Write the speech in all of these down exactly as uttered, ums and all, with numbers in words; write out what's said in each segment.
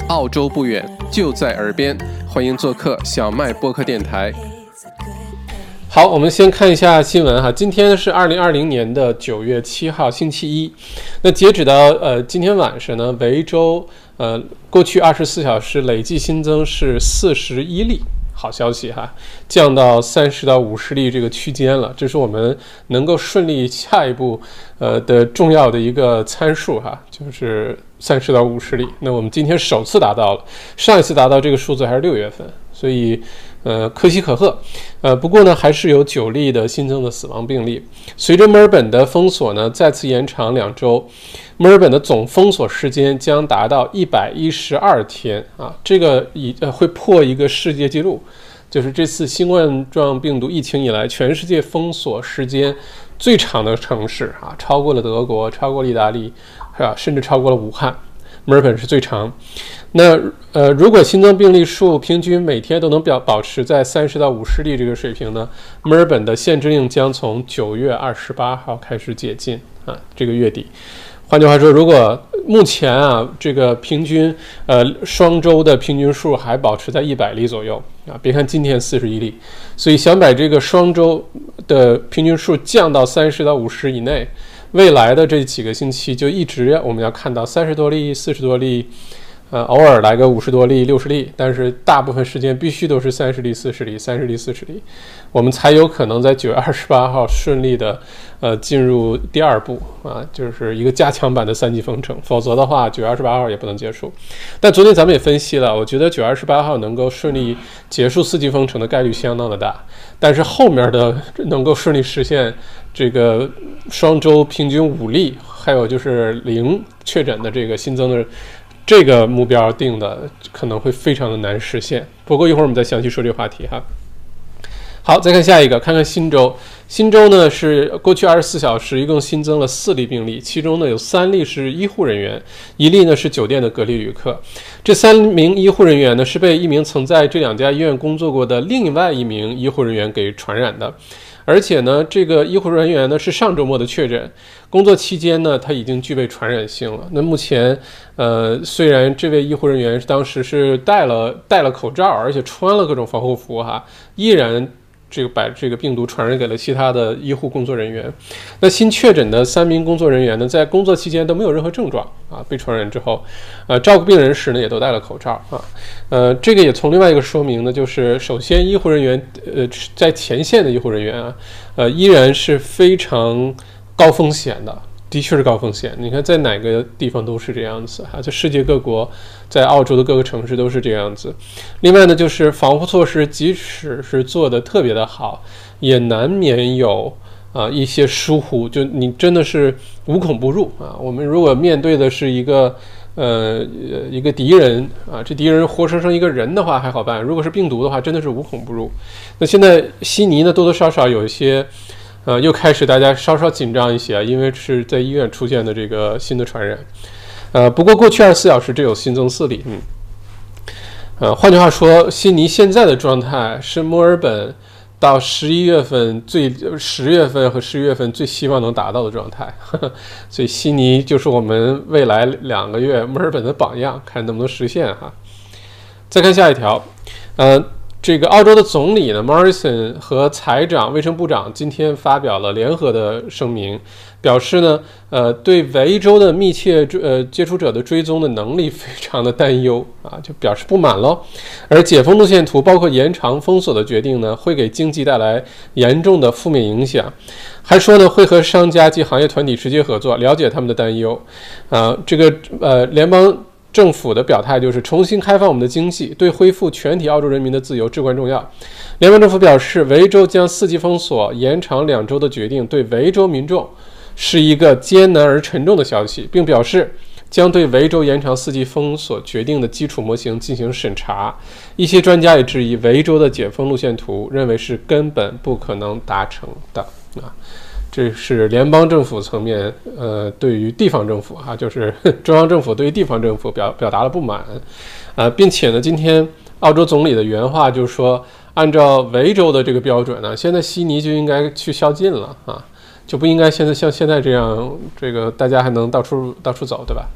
澳洲不远，就在耳边，欢迎做客小麦播客电台。好，我们先看一下新闻哈。今天是二零二零年的九月七号，星期一。那截止到呃今天晚上呢，维州呃过去二十四小时累计新增是四十一例。好消息哈，降到三十到五十例这个区间了，这是我们能够顺利下一步呃的重要的一个参数哈，就是三十到五十例。那我们今天首次达到了，上一次达到这个数字还是六月份，所以呃可喜可贺。呃不过呢，还是有九例的新增的死亡病例。随着墨尔本的封锁呢再次延长两周，墨尔本的总封锁时间将达到一百一十二天啊，这个以呃会破一个世界纪录。就是这次新冠状病毒疫情以来，全世界封锁时间最长的城市啊，超过了德国，超过了意大利，啊，甚至超过了武汉。墨尔本是最长。那呃，如果新增病例数平均每天都能表保持在三十到五十例这个水平呢，墨尔本的限制令将从九月二十八号开始解禁啊，这个月底。换句话说，如果目前啊这个平均呃双周的平均数还保持在一百例左右啊，别看今天四十一例，所以想把这个双周的平均数降到三十到五十以内，未来的这几个星期就一直我们要看到三十多例、四十多例。呃，偶尔来个五十多例、六十例，但是大部分时间必须都是三十例、四十例、三十例、四十例，我们才有可能在九月二十八号顺利的呃进入第二步啊，就是一个加强版的三级封城。否则的话，九月二十八号也不能结束。但昨天咱们也分析了，我觉得九月二十八号能够顺利结束四级封城的概率相当的大，但是后面的能够顺利实现这个双周平均五例，还有就是零确诊的这个新增的。这个目标定的可能会非常的难实现，不过一会儿我们再详细说这个话题哈。好，再看下一个，看看新州。新州呢是过去二十四小时一共新增了四例病例，其中呢有三例是医护人员，一例呢是酒店的隔离旅客。这三名医护人员呢是被一名曾在这两家医院工作过的另外一名医护人员给传染的。而且呢，这个医护人员呢是上周末的确诊，工作期间呢他已经具备传染性了。那目前，呃，虽然这位医护人员当时是戴了戴了口罩，而且穿了各种防护服哈，依然这个把这个病毒传染给了其他的医护工作人员。那新确诊的三名工作人员呢，在工作期间都没有任何症状啊，被传染之后，呃，照顾病人时呢也都戴了口罩啊。呃，这个也从另外一个说明呢，就是首先医护人员，呃，在前线的医护人员啊，呃，依然是非常高风险的。的确是高风险，你看在哪个地方都是这样子哈，在世界各国，在澳洲的各个城市都是这样子。另外呢，就是防护措施即使是做得特别的好，也难免有啊一些疏忽，就你真的是无孔不入啊。我们如果面对的是一个呃一个敌人啊，这敌人活生生一个人的话还好办，如果是病毒的话，真的是无孔不入。那现在悉尼呢多多少少有一些。呃，又开始大家稍稍紧张一些，因为是在医院出现的这个新的传染。呃，不过过去二十四小时只有新增四例，嗯，呃，换句话说，悉尼现在的状态是墨尔本到十一月份最十月份和十一月份最希望能达到的状态，呵呵，所以悉尼就是我们未来两个月墨尔本的榜样，看能不能实现哈。再看下一条，呃。这个澳洲的总理呢 Morrison 和财长、卫生部长今天发表了联合的声明，表示呢，呃，对维州的密切呃接触者的追踪的能力非常的担忧啊，就表示不满咯。而解封路线图包括延长封锁的决定呢，会给经济带来严重的负面影响。还说呢，会和商家及行业团体直接合作，了解他们的担忧。啊，这个呃联邦。政府的表态就是重新开放我们的经济，对恢复全体澳洲人民的自由至关重要。联邦政府表示，维州将四级封锁延长两周的决定对维州民众是一个艰难而沉重的消息，并表示将对维州延长四级封锁决定的基础模型进行审查。一些专家也质疑维州的解封路线图，认为是根本不可能达成的啊。这是联邦政府层面，呃，对于地方政府哈、啊，就是中央政府对于地方政府表表达了不满，啊，并且呢，今天澳洲总理的原话就是说，按照维州的这个标准呢，现在悉尼就应该去宵禁了啊，就不应该现在像现在这样，这个大家还能到处到处走，对吧？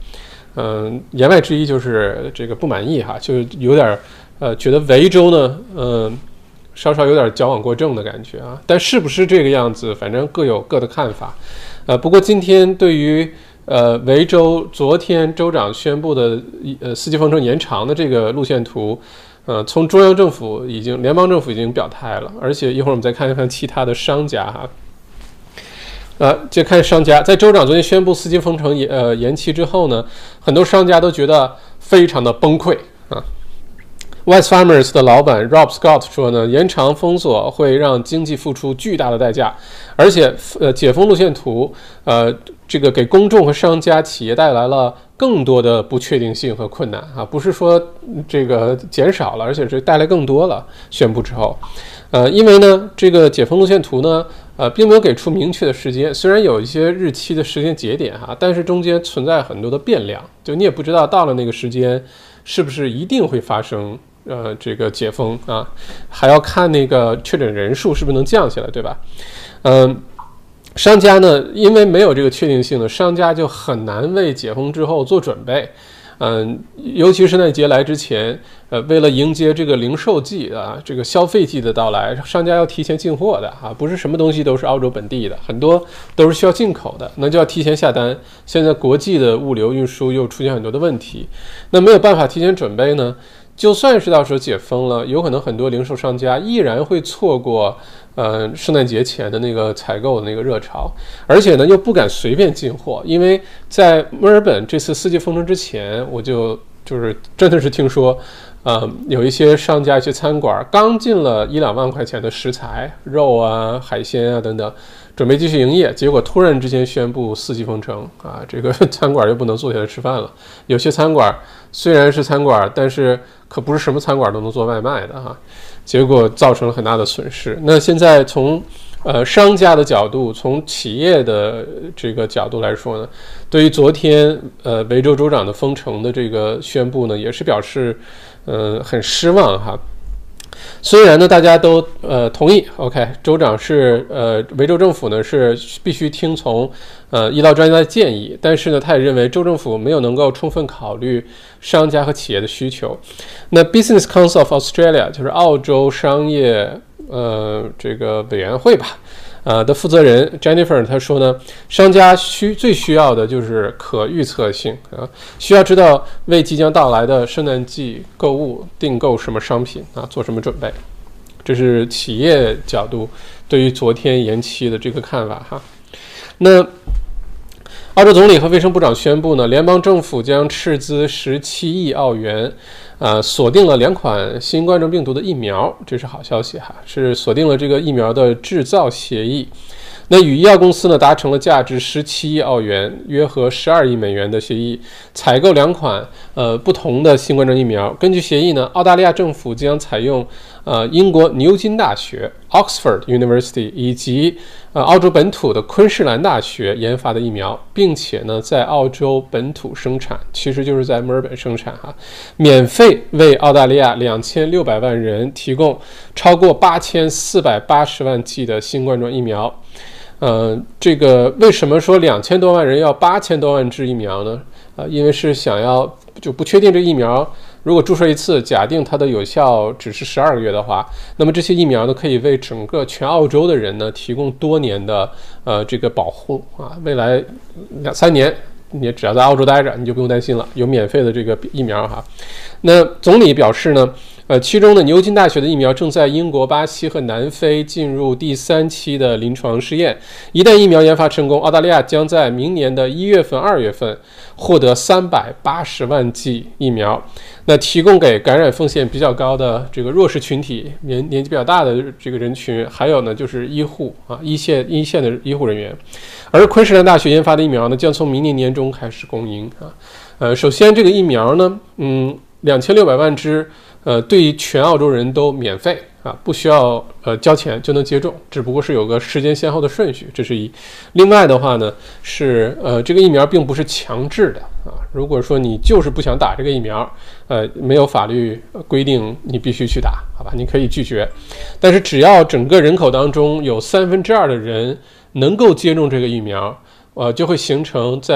嗯，言外之意就是这个不满意哈，就有点呃觉得维州呢，嗯，稍稍有点矫枉过正的感觉啊。但是不是这个样子，反正各有各的看法。呃，不过今天对于呃维州昨天州长宣布的呃四级封城延长的这个路线图，呃，从中央政府已经联邦政府已经表态了，而且一会儿我们再看一看其他的商家哈。呃，就看商家，在州长昨天宣布四级封城延呃延期之后呢，很多商家都觉得非常的崩溃啊。West Farmers 的老板 Rob Scott 说呢，延长封锁会让经济付出巨大的代价，而且呃解封路线图呃这个给公众和商家企业带来了更多的不确定性和困难啊，不是说这个减少了，而且是带来更多了。宣布之后，呃，因为呢这个解封路线图呢。呃，并没有给出明确的时间，虽然有一些日期的时间节点哈，但是中间存在很多的变量，就你也不知道到了那个时间是不是一定会发生呃这个解封啊，还要看那个确诊人数是不是能降下来，对吧？嗯，商家呢，因为没有这个确定性呢，商家就很难为解封之后做准备。嗯，尤其是圣诞节来之前，呃，为了迎接这个零售季啊，这个消费季的到来，商家要提前进货的啊，不是什么东西都是澳洲本地的，很多都是需要进口的，那就要提前下单。现在国际的物流运输又出现很多的问题，那没有办法提前准备呢，就算是到时候解封了，有可能很多零售商家依然会错过呃圣诞节前的那个采购的那个热潮，而且呢又不敢随便进货，因为在墨尔本这次四级封城之前，我就就是真的是听说呃有一些商家一些餐馆刚进了一两万块钱的食材肉啊海鲜啊等等，准备继续营业，结果突然之间宣布四级封城啊，这个餐馆又不能坐下来吃饭了。有些餐馆虽然是餐馆，但是可不是什么餐馆都能做外卖的哈，结果造成了很大的损失。那现在从呃商家的角度，从企业的这个角度来说呢，对于昨天呃维州州长的封城的这个宣布呢，也是表示呃很失望哈。虽然呢，大家都呃同意 ，OK， 州长是呃维州政府呢是必须听从呃医疗专家的建议，但是呢，他也认为州政府没有能够充分考虑商家和企业的需求。那 Business Council of Australia 就是澳洲商业呃这个委员会吧。呃的负责人 Jennifer 他说呢，商家需最需要的就是可预测性啊，需要知道为即将到来的圣诞季购物订购什么商品啊，做什么准备。这是企业角度对于昨天延期的这个看法哈。那澳洲总理和卫生部长宣布呢，联邦政府将斥资十七亿澳元，呃，锁定了两款新冠状病毒的疫苗，这是好消息哈，是锁定了这个疫苗的制造协议。那与医药公司呢达成了价值十七亿澳元，约合十二亿美元的协议，采购两款呃不同的新冠状疫苗。根据协议呢，澳大利亚政府将采用呃英国牛津大学 Oxford University 以及呃澳洲本土的昆士兰大学研发的疫苗，并且呢在澳洲本土生产，其实就是在墨尔本生产哈，免费为澳大利亚两千六百万人提供超过八千四百八十万剂的新冠状疫苗。呃，这个为什么说两千多万人要八千多万支疫苗呢？呃，因为是想要就不确定这疫苗如果注射一次，假定它的有效只是十二个月的话，那么这些疫苗呢可以为整个全澳洲的人呢提供多年的呃这个保护啊，未来两三年你只要在澳洲待着，你就不用担心了，有免费的这个疫苗哈。那总理表示呢。呃，其中呢，牛津大学的疫苗正在英国、巴西和南非进入第三期的临床试验。一旦疫苗研发成功，澳大利亚将在明年的一月份、二月份获得三百八十万剂疫苗，那提供给感染风险比较高的这个弱势群体、年年纪比较大的这个人群，还有呢就是医护啊，一线一线的医护人员。而昆士兰大学研发的疫苗呢，将从明年年中开始供应啊。呃，首先这个疫苗呢，嗯，两千六百万支。呃，对于全澳洲人都免费啊，不需要呃交钱就能接种，只不过是有个时间先后的顺序，这是一。另外的话呢，是呃这个疫苗并不是强制的啊，如果说你就是不想打这个疫苗，呃没有法律规定你必须去打，好吧，你可以拒绝。但是只要整个人口当中有三分之二的人能够接种这个疫苗，呃就会形成在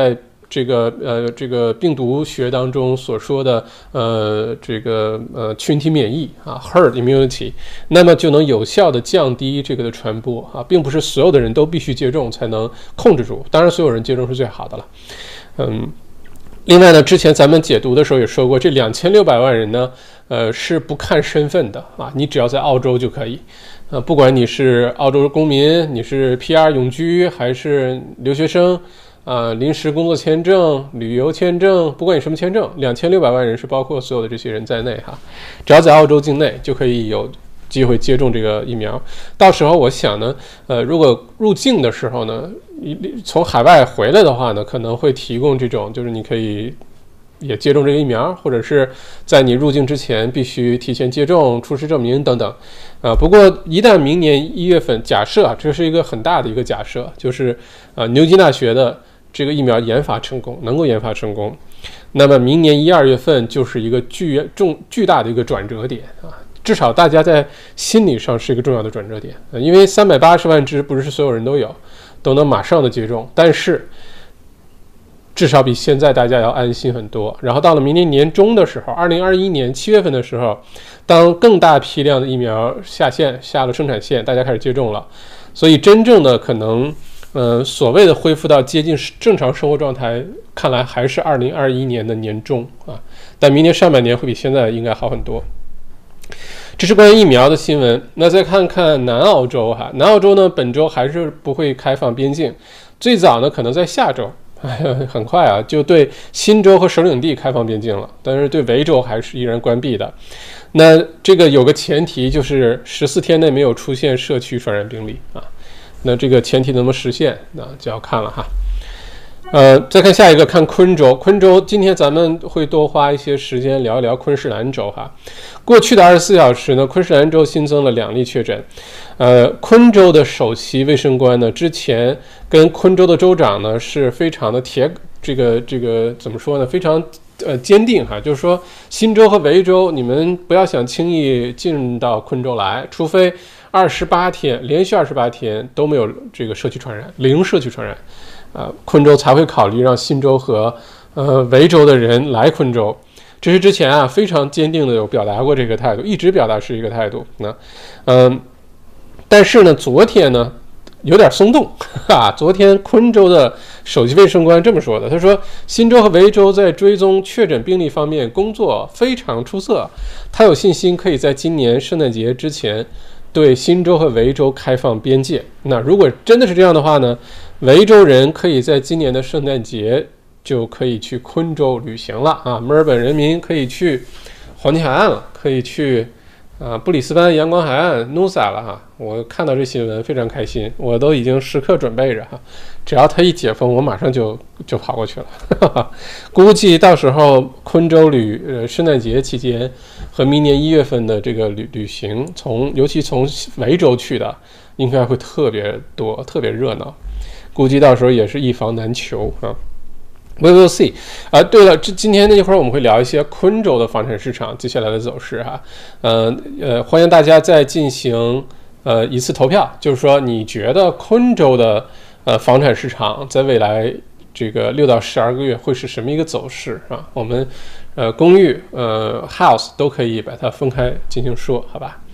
这个呃这个病毒学当中所说的呃这个呃群体免疫啊 herd immunity， 那么就能有效的降低这个的传播啊，并不是所有的人都必须接种才能控制住，当然所有人接种是最好的了，嗯。另外呢，之前咱们解读的时候也说过，这两千六百万人呢，呃，是不看身份的啊，你只要在澳洲就可以，呃，不管你是澳洲公民，你是 P R 永居，还是留学生，啊、呃，临时工作签证、旅游签证，不管你什么签证，两千六百万人是包括所有的这些人在内哈，只要在澳洲境内就可以有机会接种这个疫苗。到时候我想呢，呃，如果入境的时候呢，从海外回来的话呢，可能会提供这种，就是你可以也接种这个疫苗，或者是在你入境之前必须提前接种、出示证明等等。啊、呃，不过一旦明年一月份，假设啊，这是一个很大的一个假设，就是啊，牛津大学的这个疫苗研发成功，能够研发成功，那么明年一二月份就是一个巨重巨大的一个转折点啊。至少大家在心理上是一个重要的转折点，因为三百八十万支不是所有人都有，都能马上的接种，但是至少比现在大家要安心很多。然后到了明年年中的时候，二零二一年七月份的时候，当更大批量的疫苗下线，下了生产线，大家开始接种了，所以真正的可能，呃，所谓的恢复到接近正常生活状态，看来还是二零二一年的年中啊，但明年上半年会比现在应该好很多。这是关于疫苗的新闻。那再看看南澳洲哈，南澳洲呢本周还是不会开放边境，最早呢可能在下周，哎呀，很快啊就对新州和首领地开放边境了，但是对维州还是依然关闭的。那这个有个前提，就是十四天内没有出现社区传染病例啊。那这个前提能不能实现，那就要看了哈。呃，再看下一个，看昆州。昆州今天咱们会多花一些时间聊一聊昆士兰州哈。过去的二十四小时呢，昆士兰州新增了两例确诊。呃，昆州的首席卫生官呢，之前跟昆州的州长呢是非常的铁，这个这个怎么说呢？非常呃坚定哈，就是说新州和维州，你们不要想轻易进到昆州来，除非二十八天连续二十八天都没有这个社区传染，零社区传染。呃，昆州才会考虑让新州和呃维州的人来昆州，这是之前啊非常坚定的有表达过这个态度，一直表达是一个态度。那，嗯、呃，但是呢，昨天呢有点松动啊。昨天昆州的首席卫生官这么说的，他说新州和维州在追踪确诊病例方面工作非常出色，他有信心可以在今年圣诞节之前对新州和维州开放边界。那如果真的是这样的话呢？维州人可以在今年的圣诞节就可以去昆州旅行了啊！墨尔本人民可以去黄金海岸了，可以去啊布里斯班阳光海岸 Noosa 了哈！我看到这新闻非常开心，我都已经时刻准备着哈，只要他一解封，我马上就就跑过去了。哈哈，估计到时候昆州旅呃圣诞节期间和明年一月份的这个旅旅行，从尤其从维州去的，应该会特别多，特别热闹。估计到时候也是一房难求啊 ，We will see。啊，对了，这今天那一会儿我们会聊一些昆州的房产市场接下来的走势哈。呃呃，欢迎大家再进行呃一次投票，就是说你觉得昆州的呃房产市场在未来这个六到十二个月会是什么一个走势啊？我们呃公寓呃 house 都可以把它分开进行说，好吧？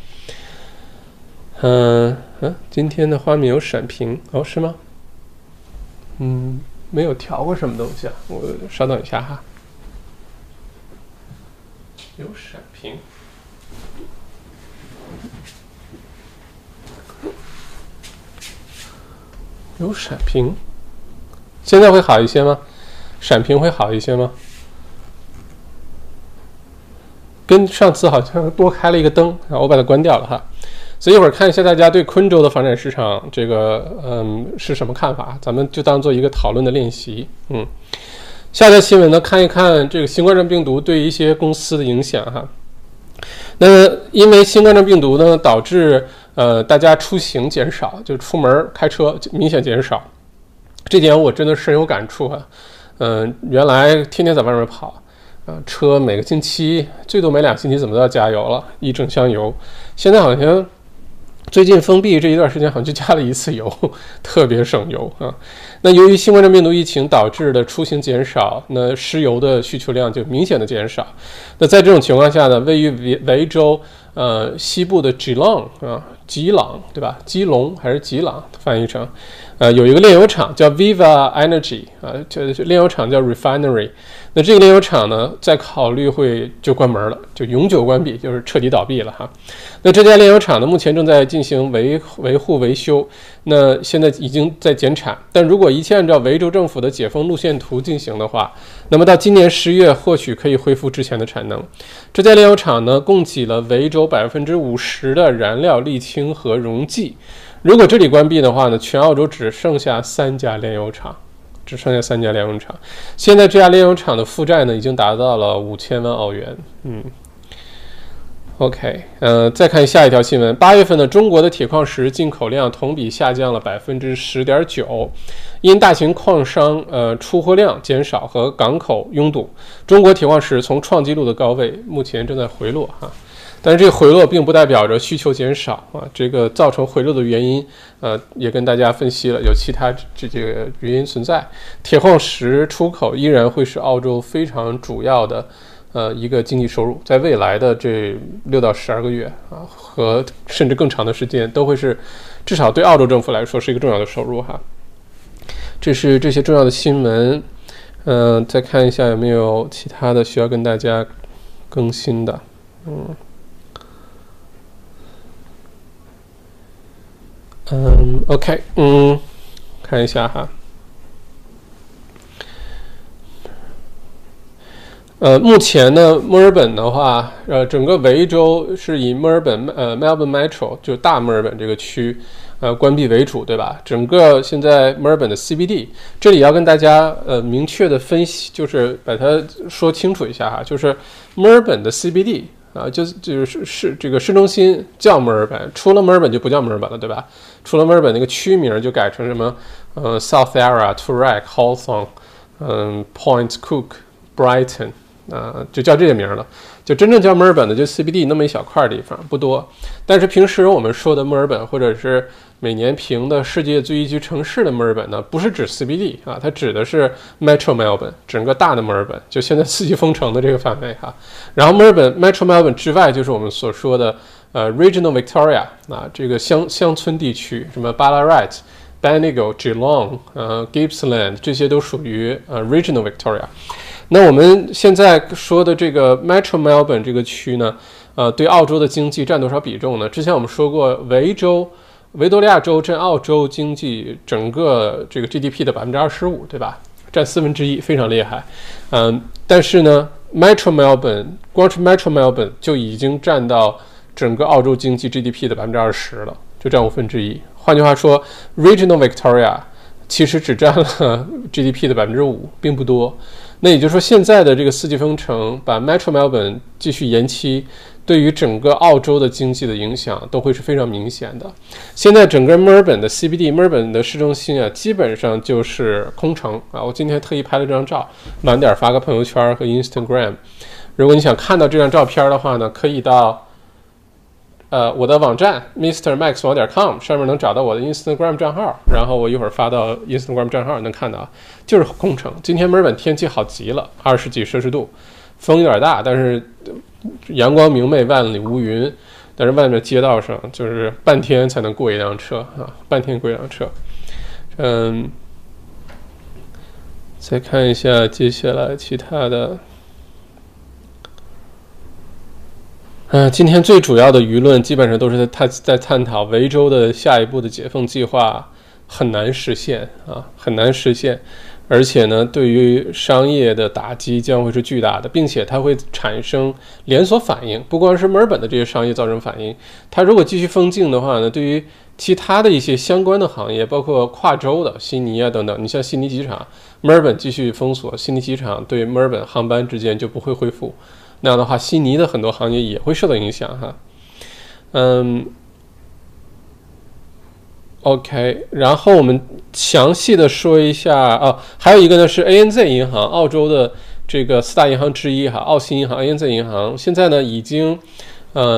嗯、呃、嗯，今天的画面有闪屏哦，是吗？嗯，没有调过什么东西啊，我稍等一下哈。有闪屏，有闪屏，现在会好一些吗？闪屏会好一些吗？跟上次好像多开了一个灯，然后我把它关掉了哈。所以一会儿看一下大家对昆州的房产市场这个嗯是什么看法，咱们就当做一个讨论的练习。嗯，下条新闻呢，看一看这个新冠状病毒对一些公司的影响哈。那么因为新冠状病毒呢，导致呃大家出行减少，就出门开车明显减少，这点我真的深有感触啊。嗯、呃，原来天天在外面跑。啊，车每个星期最多每两星期怎么都要加油了，一整箱油。现在好像最近封闭这一段时间好像就加了一次油，特别省油啊。那由于新冠状病毒疫情导致的出行减少，那石油的需求量就明显的减少。那在这种情况下呢，位于维维州呃西部的吉朗啊，吉朗对吧？基隆还是吉朗翻译成，呃有一个炼油厂叫 Viva Energy 啊，这炼油厂叫 Refinery。那这个炼油厂呢，在考虑会就关门了，就永久关闭，就是彻底倒闭了哈。那这家炼油厂呢，目前正在进行维维护维修，那现在已经在减产。但如果一切按照维州政府的解封路线图进行的话，那么到今年十月或许可以恢复之前的产能。这家炼油厂呢，供给了维州百分之五十的燃料、沥青和溶剂。如果这里关闭的话呢，全澳洲只剩下三家炼油厂。只剩下三家炼油厂，现在这家炼油厂的负债呢，已经达到了五千万澳元。嗯 ，OK， 呃，再看下一条新闻，八月份呢，中国的铁矿石进口量同比下降了百分之十点九，因大型矿商呃出货量减少和港口拥堵，中国铁矿石从创纪录的高位，目前正在回落哈。但是这个回落并不代表着需求减少啊，这个造成回落的原因，呃，也跟大家分析了，有其他这这个原因存在。铁矿石出口依然会是澳洲非常主要的呃一个经济收入，在未来的这六到十二个月啊，和甚至更长的时间，都会是至少对澳洲政府来说是一个重要的收入哈。这是这些重要的新闻，嗯、呃，再看一下有没有其他的需要跟大家更新的，嗯。嗯 ，OK， 嗯，看一下哈。呃，目前呢，墨尔本的话，呃，整个维州是以墨尔本呃 Melbourne Metro 就大墨尔本这个区，呃，关闭为主，对吧？整个现在墨尔本的 C B D， 这里要跟大家呃明确的分析，就是把它说清楚一下哈，就是墨尔本的 C B D。啊，就是就是市这个市中心叫墨尔本，除了墨尔本就不叫墨尔本了，对吧？除了墨尔本那个区名就改成什么呃 South Yarra、Toorak、Hawthorn， 嗯 Point Cook、Brighton 啊、呃，就叫这些名了。就真正叫墨尔本的就 C B D 那么一小块地方，不多。但是平时我们说的墨尔本，或者是每年评的世界最宜居城市的墨尔本呢，不是指 C B D 啊，它指的是 Metro Melbourne 整个大的墨尔本，就现在四季封城的这个范围哈。然后墨尔本 Metro Melbourne 之外，就是我们所说的呃 Regional Victoria 啊，这个乡乡村地区，什么 Ballarat、Bendigo、Geelong、呃 Gippsland 这些都属于呃 Regional Victoria。那我们现在说的这个 Metro Melbourne 这个区呢，呃，对澳洲的经济占多少比重呢？之前我们说过，维州、维多利亚州占澳洲经济整个这个 G D P 的百分之二十五，对吧？占四分之一，非常厉害。嗯，但是呢 ，Metro Melbourne 光是 Metro Melbourne 就已经占到整个澳洲经济 G D P 的百分之二十了，就占五分之一。换句话说 ，Regional Victoria 其实只占了 G D P 的百分之五，并不多。那也就是说，现在的这个四季封城，把 Metro Melbourne 继续延期，对于整个澳洲的经济的影响都会是非常明显的。现在整个墨尔本的 C B D， 墨尔本的市中心啊，基本上就是空城啊。我今天特意拍了这张照，晚点发个朋友圈和 Instagram。如果你想看到这张照片的话呢，可以到呃我的网站 mister max 网点 com 上面能找到我的 Instagram 账号，然后我一会儿发到 Instagram 账号能看到，就是空城。今天墨尔本天气好极了，二十几摄氏度，风有点大，但是阳光明媚，万里无云。但是外面街道上就是半天才能过一辆车啊，半天过一辆车。嗯，再看一下接下来其他的。呃，今天最主要的舆论基本上都是在在探讨维州的下一步的解封计划很难实现啊，很难实现，而且呢，对于商业的打击将会是巨大的，并且它会产生连锁反应，不光是墨尔本的这些商业造成反应，它如果继续封禁的话呢，对于其他的一些相关的行业，包括跨州的悉尼啊等等，你像悉尼机场，墨尔本继续封锁，悉尼机场对墨尔本航班之间就不会恢复。那样的话，悉尼的很多行业也会受到影响哈。嗯 ，OK， 然后我们详细的说一下哦，还有一个呢是 A N Z 银行，澳洲的这个四大银行之一哈，澳新银行、A N Z 银行，现在呢已经，嗯、呃，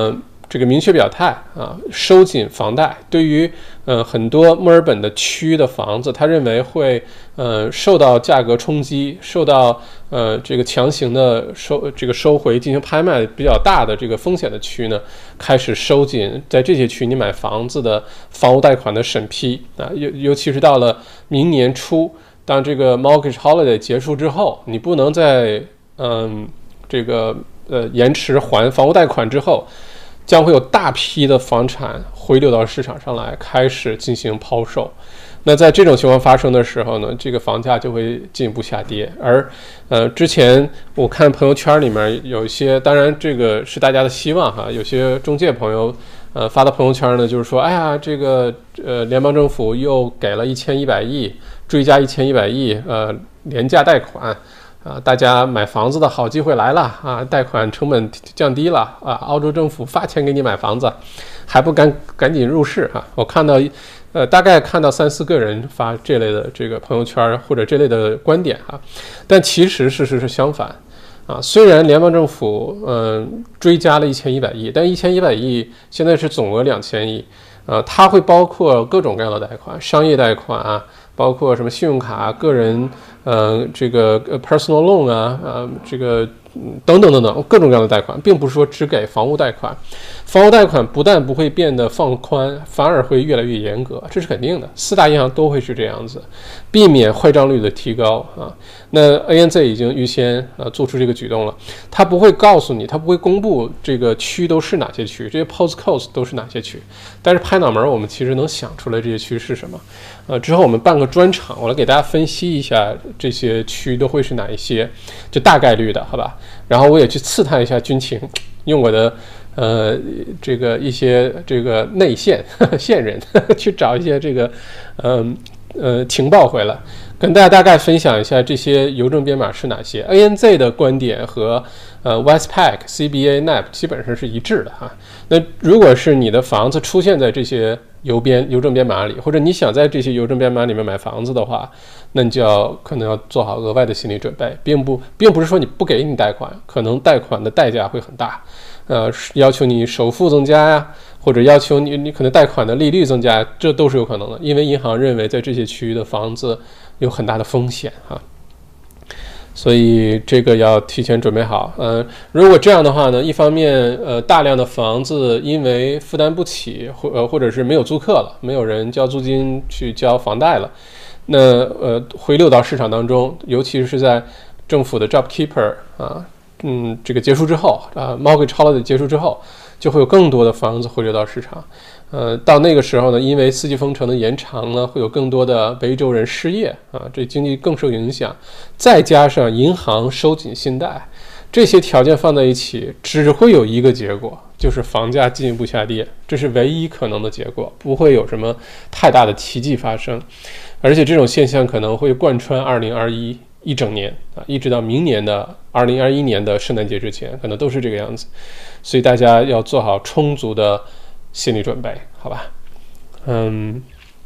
这个明确表态啊，收紧房贷。对于呃很多墨尔本的区域的房子，他认为会呃受到价格冲击，受到呃这个强行的收这个收回进行拍卖比较大的这个风险的区呢，开始收紧在这些区你买房子的房屋贷款的审批啊，尤尤其是到了明年初，当这个 mortgage holiday 结束之后，你不能再嗯这个呃延迟还房屋贷款之后，将会有大批的房产回流到市场上来，开始进行抛售。那在这种情况发生的时候呢，这个房价就会进一步下跌。而呃，之前我看朋友圈里面有一些，当然这个是大家的希望哈，有些中介朋友呃发的朋友圈呢，就是说，哎呀，这个呃联邦政府又给了一千一百亿追加一千一百亿呃廉价贷款。啊，大家买房子的好机会来了啊！贷款成本降低了啊！澳洲政府发钱给你买房子，还不赶赶紧入市啊！我看到，呃，大概看到三四个人发这类的这个朋友圈或者这类的观点啊，但其实事实是相反啊。虽然联邦政府嗯、呃、追加了一千一百亿，但一千一百亿现在是总额两千亿啊，它会包括各种各样的贷款，商业贷款啊。包括什么信用卡、个人，呃，这个 personal loan 啊，呃，这个等等等等各种各样的贷款，并不是说只给房屋贷款。房屋贷款不但不会变得放宽，反而会越来越严格，这是肯定的。四大银行都会是这样子，避免坏账率的提高啊。那 A N Z 已经预先呃做出这个举动了，它不会告诉你，它不会公布这个区都是哪些区，这些 postcodes 都是哪些区，但是拍脑门我们其实能想出来这些区是什么。呃，之后我们办个专场，我来给大家分析一下这些区都会是哪一些，就大概率的，好吧？然后我也去刺探一下军情，用我的呃这个一些这个内线呵呵线人呵呵去找一些这个嗯 呃, 呃情报回来，跟大家大概分享一下这些邮政编码是哪些。A N Z 的观点和呃 Westpac、C B A、N A B 基本上是一致的哈。那如果是你的房子出现在这些邮编邮政编码里，或者你想在这些邮政编码里面买房子的话，那你就要可能要做好额外的心理准备，并不并不是说你不给你贷款，可能贷款的代价会很大，呃，要求你首付增加呀，或者要求你你可能贷款的利率增加，这都是有可能的，因为银行认为在这些区域的房子有很大的风险哈。所以这个要提前准备好。呃，如果这样的话呢，一方面，呃，大量的房子因为负担不起，或呃或者是没有租客了，没有人交租金去交房贷了，那呃回流到市场当中，尤其是在政府的 JobKeeper 啊，嗯，这个结束之后啊 ，Mortgage Holiday 结束之后，就会有更多的房子回流到市场。呃，到那个时候呢，因为四季封城的延长呢，会有更多的维州人失业啊，这经济更受影响。再加上银行收紧信贷，这些条件放在一起，只会有一个结果，就是房价进一步下跌，这是唯一可能的结果，不会有什么太大的奇迹发生。而且这种现象可能会贯穿二零二一一整年啊，一直到明年的二零二一年的圣诞节之前，可能都是这个样子。所以大家要做好充足的心理准备，好吧？嗯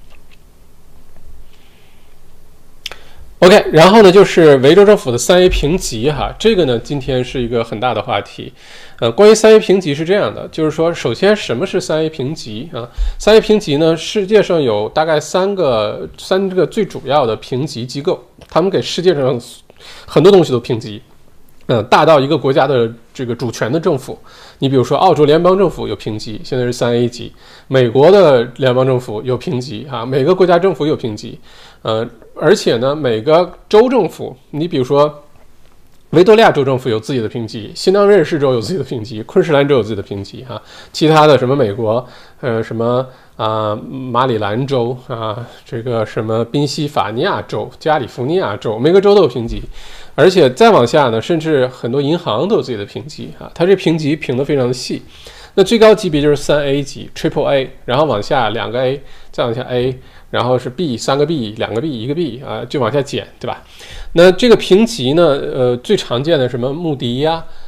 ，OK， 然后呢，就是维州政府的三 A 评级哈，这个呢，今天是一个很大的话题。呃，关于三 A 评级是这样的，就是说，首先什么是三 A 评级啊？三 A 评级呢，世界上有大概三个三个最主要的评级机构，他们给世界上很多东西都评级。嗯，大到一个国家的这个主权的政府，你比如说澳洲联邦政府有评级，现在是三 A 级；美国的联邦政府有评级啊，每个国家政府有评级。呃，而且呢，每个州政府，你比如说维多利亚州政府有自己的评级，新南威尔士州有自己的评级，昆士兰州有自己的评级啊，其他的什么美国，呃，什么啊、呃、马里兰州啊，这个什么宾夕法尼亚州、加利福尼亚州，每个州都有评级。而且再往下呢，甚至很多银行都有自己的评级啊，它这评级评得非常的细。那最高级别就是三 A 级 Triple A， 然后往下两个 A， 再往下 A， 然后是 B， 三个 B， 两个 B， 一个 B 啊，就往下减，对吧？那这个评级呢，呃，最常见的什么穆迪呀、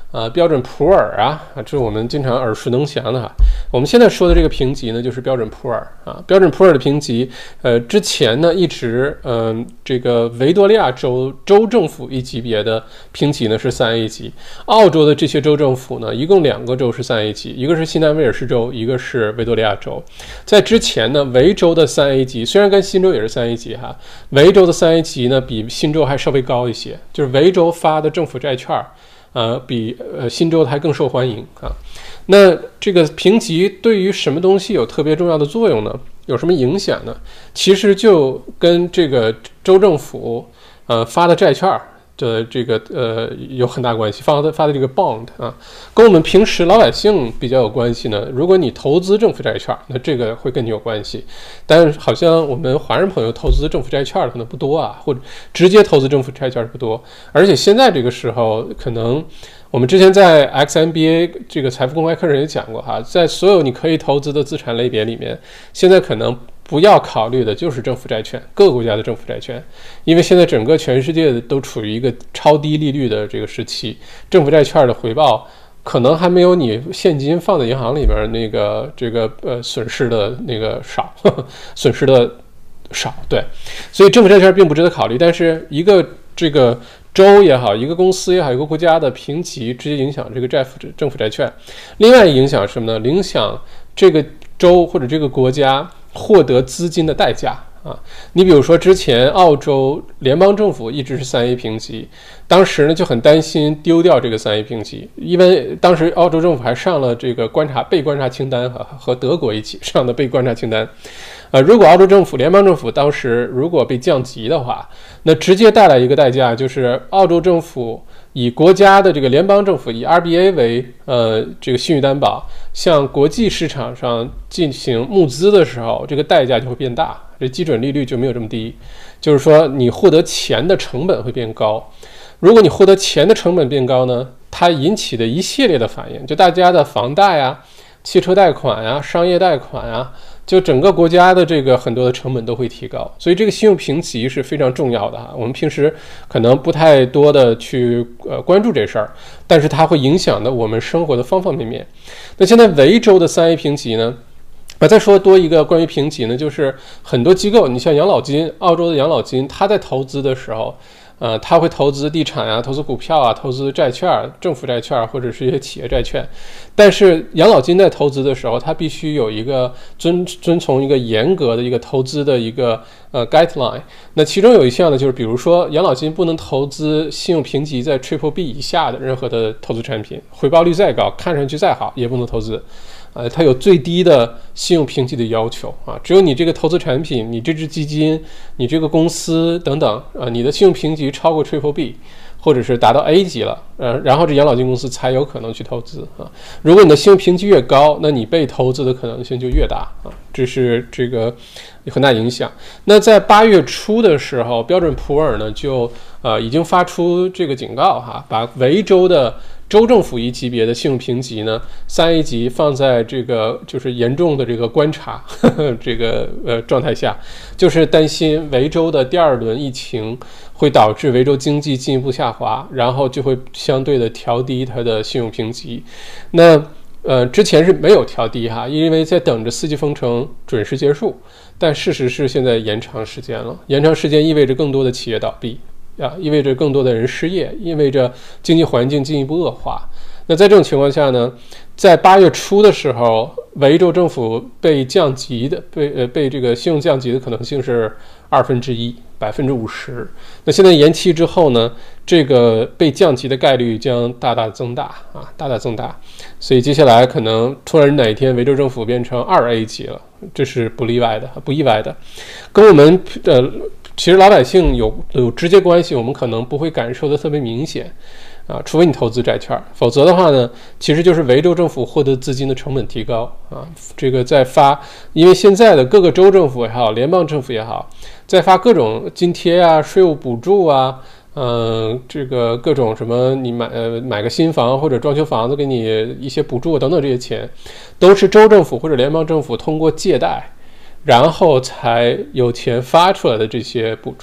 啊、标准普尔啊，这是我们经常耳熟能详的哈。我们现在说的这个评级呢，就是标准普尔啊。标准普尔的评级，呃，之前呢一直，嗯、呃，这个维多利亚州州政府一级别的评级呢是三 A 级，澳洲的这些州政府呢，一共两个州是三 A 级，一个是西南威尔士州，一个是维多利亚州。在之前呢，维州的三 A 级虽然跟新州也是三 A 级哈，维州的三 A 级呢比新州还稍微高一些，就是维州发的政府债券。呃，比呃新州还更受欢迎啊。那这个评级对于什么东西有特别重要的作用呢？有什么影响呢？其实就跟这个州政府呃发的债券的这个呃有很大关系，发的发的这个 bond 啊，跟我们平时老百姓比较有关系呢。如果你投资政府债券，那这个会跟你有关系。但好像我们华人朋友投资政府债券可能不多啊，或者直接投资政府债券不多。而且现在这个时候，可能我们之前在 X M B A 这个财富公开课上也讲过哈，在所有你可以投资的资产类别里面，现在可能不要考虑的就是政府债券，各个国家的政府债券，因为现在整个全世界都处于一个超低利率的这个时期，政府债券的回报可能还没有你现金放在银行里边那个这个呃损失的那个少，呵呵损失的少，对，所以政府债券并不值得考虑，但是一个这个州也好，一个公司也好，一个国家的评级直接影响这个债府政府债券。另外影响什么呢？影响这个州或者这个国家获得资金的代价啊。你比如说之前澳洲联邦政府一直是三 A 评级，当时呢就很担心丢掉这个三 A 评级，因为当时澳洲政府还上了这个观察被观察清单和和德国一起上的被观察清单。呃，如果澳洲政府、联邦政府当时如果被降级的话，那直接带来一个代价，就是澳洲政府以国家的这个联邦政府以 R B A 为呃这个信誉担保，向国际市场上进行募资的时候，这个代价就会变大，这基准利率就没有这么低，就是说你获得钱的成本会变高。如果你获得钱的成本变高呢，它引起的一系列的反应，就大家的房贷呀、汽车贷款呀、商业贷款呀，就整个国家的这个很多的成本都会提高，所以这个信用评级是非常重要的哈。我们平时可能不太多的去呃关注这事儿，但是它会影响到我们生活的方方面面。那现在维州的三 A 评级呢？啊，再说多一个关于评级呢，就是很多机构，你像养老金，澳洲的养老金，它在投资的时候。呃，他会投资地产啊，投资股票啊，投资债券、政府债券或者是一些企业债券。但是养老金在投资的时候，它必须有一个遵遵从一个严格的一个投资的一个呃 guideline。那其中有一项呢，就是比如说养老金不能投资信用评级在 Triple B 以下的任何的投资产品，回报率再高，看上去再好也不能投资。呃，它有最低的信用评级的要求啊，只有你这个投资产品、你这支基金、你这个公司等等，呃，你的信用评级超过 Triple B， 或者是达到 A 级了，呃，然后这养老金公司才有可能去投资啊。如果你的信用评级越高，那你被投资的可能性就越大啊，这是这个有很大影响。那在八月初的时候，标准普尔呢就呃已经发出这个警告哈，把维州的州政府一级别的信用评级呢，三 A 级放在这个就是严重的这个观察呵呵这个呃状态下，就是担心维州的第二轮疫情会导致维州经济进一步下滑，然后就会相对的调低它的信用评级。那呃之前是没有调低哈，因为在等着四级封城准时结束，但事实是现在延长时间了，延长时间意味着更多的企业倒闭。啊，意味着更多的人失业，意味着经济环境进一步恶化。那在这种情况下呢，在八月初的时候，维州政府被降级的，被呃被这个信用降级的可能性是二分之一，百分之五十。那现在延期之后呢，这个被降级的概率将大大增大啊，大大增大。所以接下来可能突然哪一天维州政府变成二 A 级了，这是不例外的，不意外的，跟我们呃。其实老百姓有有直接关系，我们可能不会感受的特别明显，啊，除非你投资债券，否则的话呢，其实就是维州政府获得资金的成本提高啊，这个在发，因为现在的各个州政府也好，联邦政府也好，在发各种津贴啊、税务补助啊，嗯、呃，这个各种什么你买呃买个新房或者装修房子给你一些补助等等这些钱，都是州政府或者联邦政府通过借贷。然后才有钱发出来的这些补助，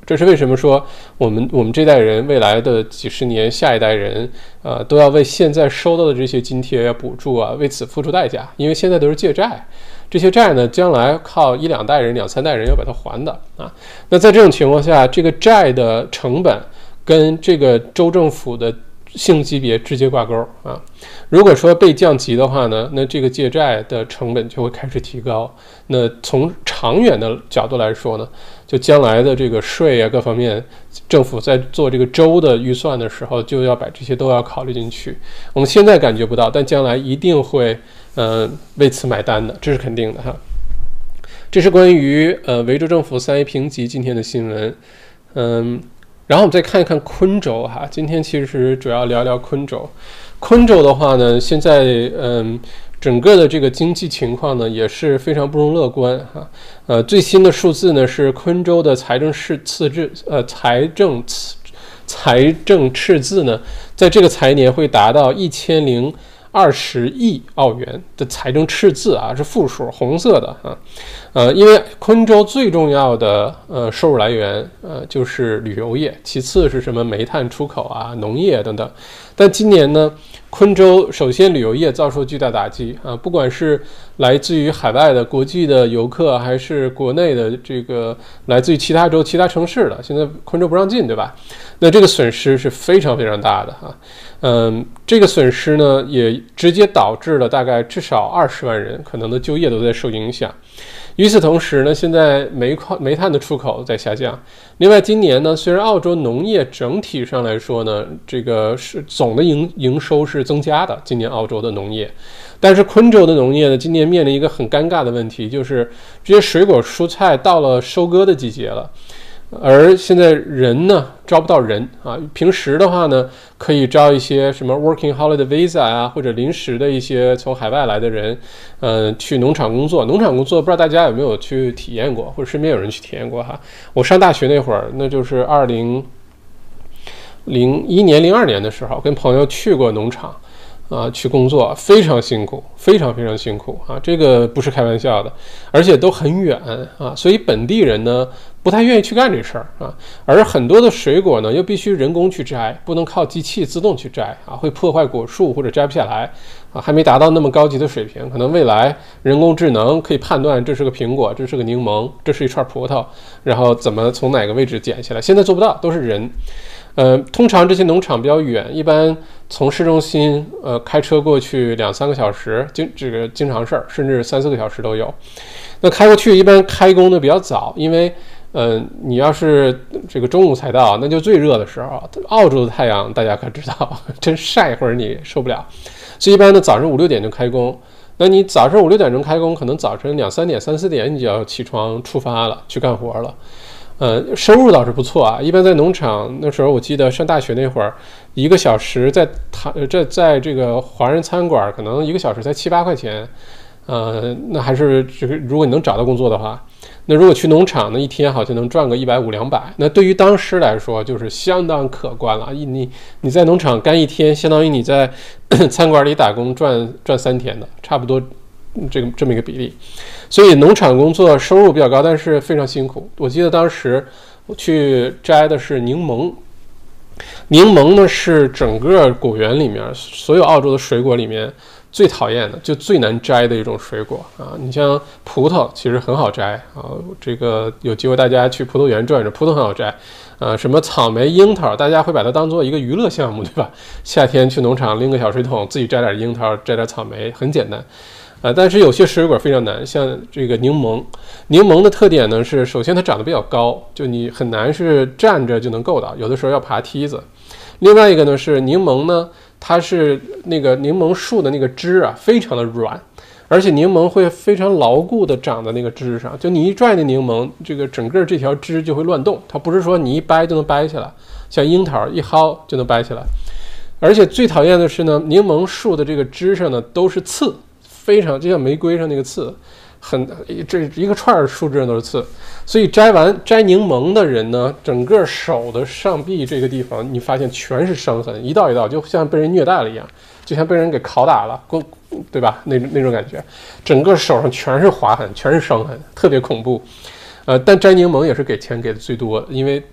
这是为什么说我们我们这代人未来的几十年，下一代人呃都要为现在收到的这些津贴啊、补助啊，为此付出代价，因为现在都是借债，这些债呢，将来靠一两代人、两三代人要把它还的啊。那在这种情况下，这个债的成本跟这个州政府的性级别直接挂钩啊。如果说被降级的话呢，那这个借债的成本就会开始提高。那从长远的角度来说呢，就将来的这个税啊各方面，政府在做这个州的预算的时候，就要把这些都要考虑进去。我们现在感觉不到，但将来一定会呃为此买单的，这是肯定的哈。这是关于呃维州政府三 A 评级今天的新闻，嗯。然后我们再看一看昆州哈，今天其实主要聊聊昆州。昆州的话呢，现在嗯整个的这个经济情况呢也是非常不容乐观哈。呃，最新的数字呢是昆州的财政赤赤字，呃财政财政赤字呢，在这个财年会达到一千零二十亿澳元的财政赤字啊，是负数，红色的啊。呃，因为昆州最重要的呃收入来源呃就是旅游业，其次是什么煤炭出口啊、农业等等。但今年呢，昆州首先旅游业遭受巨大打击啊，不管是来自于海外的国际的游客，还是国内的这个来自于其他州、其他城市的，现在昆州不让进，对吧？那这个损失是非常非常大的哈。嗯，这个损失呢，也直接导致了大概至少二十万人可能的就业都在受影响。与此同时呢，现在煤矿、煤炭的出口在下降。另外，今年呢，虽然澳洲农业整体上来说呢，这个是总的营营收是增加的，今年澳洲的农业，但是昆州的农业呢，今年面临一个很尴尬的问题，就是这些水果蔬菜到了收割的季节了。而现在人呢招不到人啊，平时的话呢可以招一些什么 working holiday visa 啊，或者临时的一些从海外来的人，呃，去农场工作。农场工作不知道大家有没有去体验过，或者身边有人去体验过哈？我上大学那会儿，那就是二零零一年、零二年的时候，跟朋友去过农场。啊，去工作非常辛苦，非常非常辛苦啊！这个不是开玩笑的，而且都很远啊，所以本地人呢不太愿意去干这事儿啊。而很多的水果呢又必须人工去摘，不能靠机器自动去摘啊，会破坏果树或者摘不下来啊，还没达到那么高级的水平。可能未来人工智能可以判断这是个苹果，这是个柠檬，这是一串葡萄，然后怎么从哪个位置捡下来，现在做不到，都是人。呃，通常这些农场比较远，一般从市中心呃开车过去两三个小时，经这个经常事儿，甚至三四个小时都有。那开过去一般开工的比较早，因为呃你要是这个中午才到，那就最热的时候。澳洲的太阳大家可知道，真晒一会儿你受不了，所以一般呢早上五六点就开工。那你早上五六点钟开工，可能早晨两三点、三四点你就要起床出发了，去干活了。呃，收入倒是不错啊。一般在农场那时候，我记得上大学那会儿，一个小时在他这在这个华人餐馆，可能一个小时才七八块钱。呃，那还是这个，如果你能找到工作的话，那如果去农场呢，一天好像能赚个一百五两百。那对于当时来说，就是相当可观了。你你在农场干一天，相当于你在餐馆里打工赚赚三天的，差不多。这个这么一个比例，所以农场工作收入比较高，但是非常辛苦。我记得当时我去摘的是柠檬，柠檬呢是整个果园里面所有澳洲的水果里面最讨厌的，就最难摘的一种水果啊。你像葡萄其实很好摘啊，这个有机会大家去葡萄园转转，葡萄很好摘。呃，什么草莓、樱桃，大家会把它当做一个娱乐项目，对吧？夏天去农场拎个小水桶，自己摘点樱桃，摘点草莓，很简单。呃，但是有些水果非常难，像这个柠檬。柠檬的特点呢是，首先它长得比较高，就你很难是站着就能够到，有的时候要爬梯子。另外一个呢是柠檬呢，它是那个柠檬树的那个枝啊，非常的软，而且柠檬会非常牢固的长在那个枝上，就你一拽那柠檬，这个整个这条枝就会乱动，它不是说你一掰就能掰下来，像樱桃一薅就能掰下来。而且最讨厌的是呢，柠檬树的这个枝上呢都是刺。非常就像玫瑰上那个刺，很这一个串树枝上都是刺，所以摘完摘柠檬的人呢，整个手的上臂这个地方，你发现全是伤痕，一道一道，就像被人虐待了一样，就像被人给拷打了，对吧？那那种感觉，整个手上全是划痕，全是伤痕，特别恐怖。呃，但摘柠檬也是给钱给的最多的，因为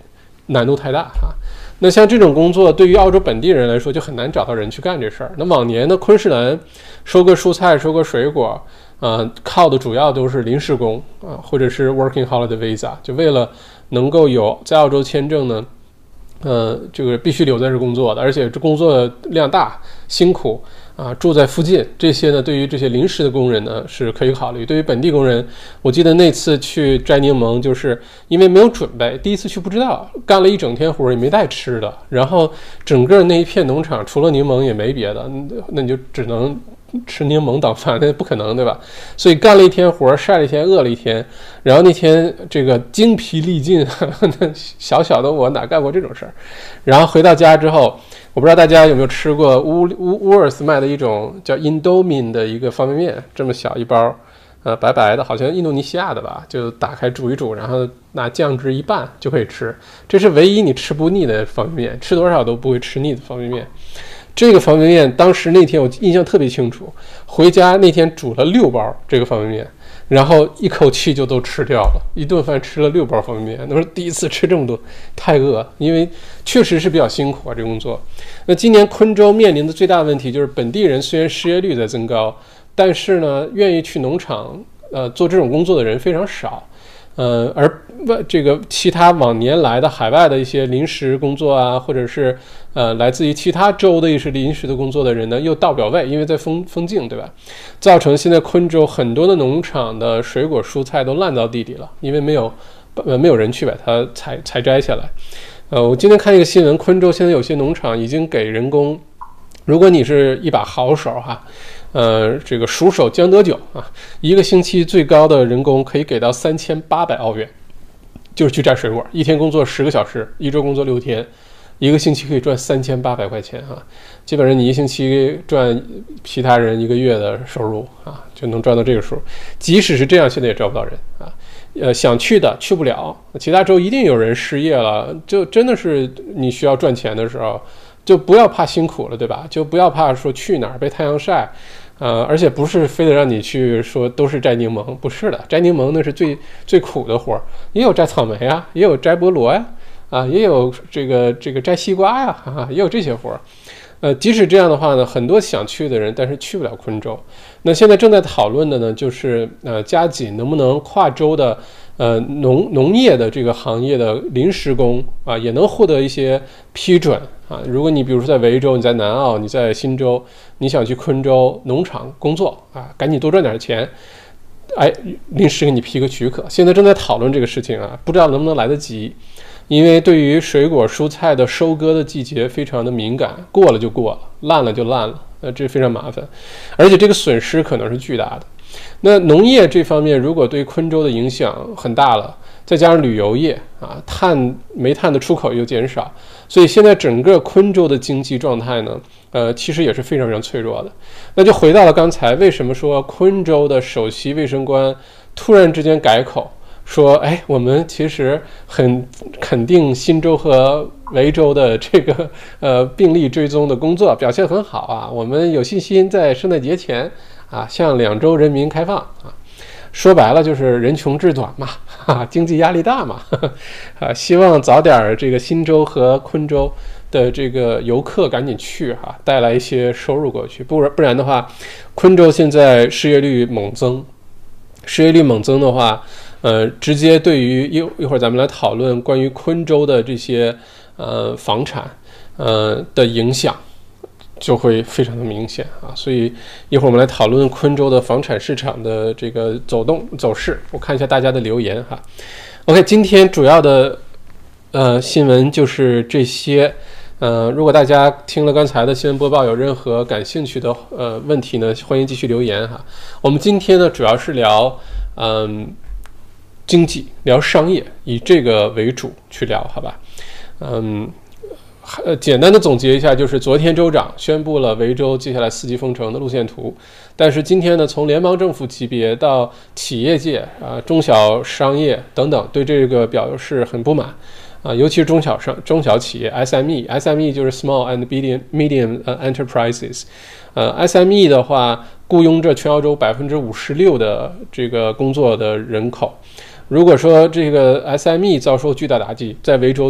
难度太大啊。那像这种工作对于澳洲本地人来说就很难找到人去干这事儿。那往年的昆士兰收割蔬菜、收割水果，呃，靠的主要都是临时工啊，或者是 working holiday visa， 就为了能够有在澳洲签证呢，呃，这个必须留在这工作的，而且这工作量大、辛苦啊，住在附近，这些呢，对于这些临时的工人呢是可以考虑。对于本地工人，我记得那次去摘柠檬，就是因为没有准备，第一次去不知道，干了一整天活也没带吃的，然后整个那一片农场除了柠檬也没别的，那你就只能吃柠檬当饭，那不可能，对吧？所以干了一天活，晒了一天，饿了一天，然后那天这个精疲力尽，呵呵，小小的我哪干过这种事儿？然后回到家之后，我不知道大家有没有吃过乌乌乌尔斯卖的一种叫 Indomie 的一个方便面，这么小一包，呃，白白的，好像印度尼西亚的吧，就打开煮一煮，然后拿酱汁一拌就可以吃。这是唯一你吃不腻的方便面，吃多少都不会吃腻的方便面。这个方便面当时那天我印象特别清楚，回家那天煮了六包这个方便面，然后一口气就都吃掉了，一顿饭吃了六包方便面。那是第一次吃这么多，太饿，因为确实是比较辛苦啊，这工作。那今年昆州面临的最大的问题就是本地人虽然失业率在增高，但是呢，愿意去农场呃做这种工作的人非常少。呃，而这个其他往年来的海外的一些临时工作啊，或者是呃来自于其他州的一些临时的工作的人呢，又到不了位，因为在封封境，对吧？造成现在昆州很多的农场的水果蔬菜都烂到地里了，因为没有呃没有人去把它采采摘下来。呃，我今天看一个新闻，昆州现在有些农场已经给人工，如果你是一把好手哈。呃，这个熟手将得酒啊，一个星期最高的人工可以给到三千八百澳元，就是去摘水果，一天工作十个小时，一周工作六天，一个星期可以赚三千八百块钱啊，基本上你一星期赚其他人一个月的收入啊，就能赚到这个数。即使是这样，现在也招不到人啊，呃，想去的去不了，其他州一定有人失业了，就真的是你需要赚钱的时候，就不要怕辛苦了，对吧？就不要怕说去哪儿被太阳晒。呃，而且不是非得让你去说都是摘柠檬，不是的，摘柠檬那是最最苦的活儿，也有摘草莓啊，也有摘菠萝呀，啊，也有这个这个摘西瓜呀，啊，也有这些活儿。呃，即使这样的话呢，很多想去的人，但是去不了昆州。那现在正在讨论的呢，就是呃，加紧能不能跨州的呃农农业的这个行业的临时工啊，也能获得一些批准啊。如果你比如说在维州，你在南澳，你在新州，你想去昆州农场工作啊，赶紧多赚点钱，哎，临时给你批个许可。现在正在讨论这个事情啊，不知道能不能来得及。因为对于水果蔬菜的收割的季节非常的敏感，过了就过了，烂了就烂了，呃，这非常麻烦，而且这个损失可能是巨大的。那农业这方面，如果对昆州的影响很大了，再加上旅游业啊，碳煤炭的出口又减少，所以现在整个昆州的经济状态呢，呃，其实也是非常非常脆弱的。那就回到了刚才，为什么说昆州的首席卫生官突然之间改口？说，哎，我们其实很肯定新州和维州的这个呃病例追踪的工作表现很好啊，我们有信心在圣诞节前啊向两州人民开放啊。说白了就是人穷志短嘛，哈、啊，经济压力大嘛，呵呵啊，希望早点这个新州和昆州的这个游客赶紧去哈、啊，带来一些收入过去，不然不然的话，昆州现在失业率猛增，失业率猛增的话。呃，直接对于一一会儿咱们来讨论关于昆州的这些呃房产呃的影响，就会非常的明显啊。所以一会儿我们来讨论昆州的房产市场的这个走动走势。我看一下大家的留言哈。OK， 今天主要的呃新闻就是这些。呃，如果大家听了刚才的新闻播报有任何感兴趣的呃问题呢，欢迎继续留言哈。我们今天呢主要是聊嗯。经济聊商业，以这个为主去聊，好吧？嗯，呃，简单的总结一下，就是昨天州长宣布了维州接下来四级封城的路线图，但是今天呢，从联邦政府级别到企业界啊、中小商业等等，对这个表示很不满啊，尤其是中小商中小企业 S M E，S M E 就是 Small and Medium Medium Enterprises， 呃 S M E 的话雇佣着全澳洲百分之五十六的这个工作的人口。如果说这个 S M E 遭受巨大打击，在维州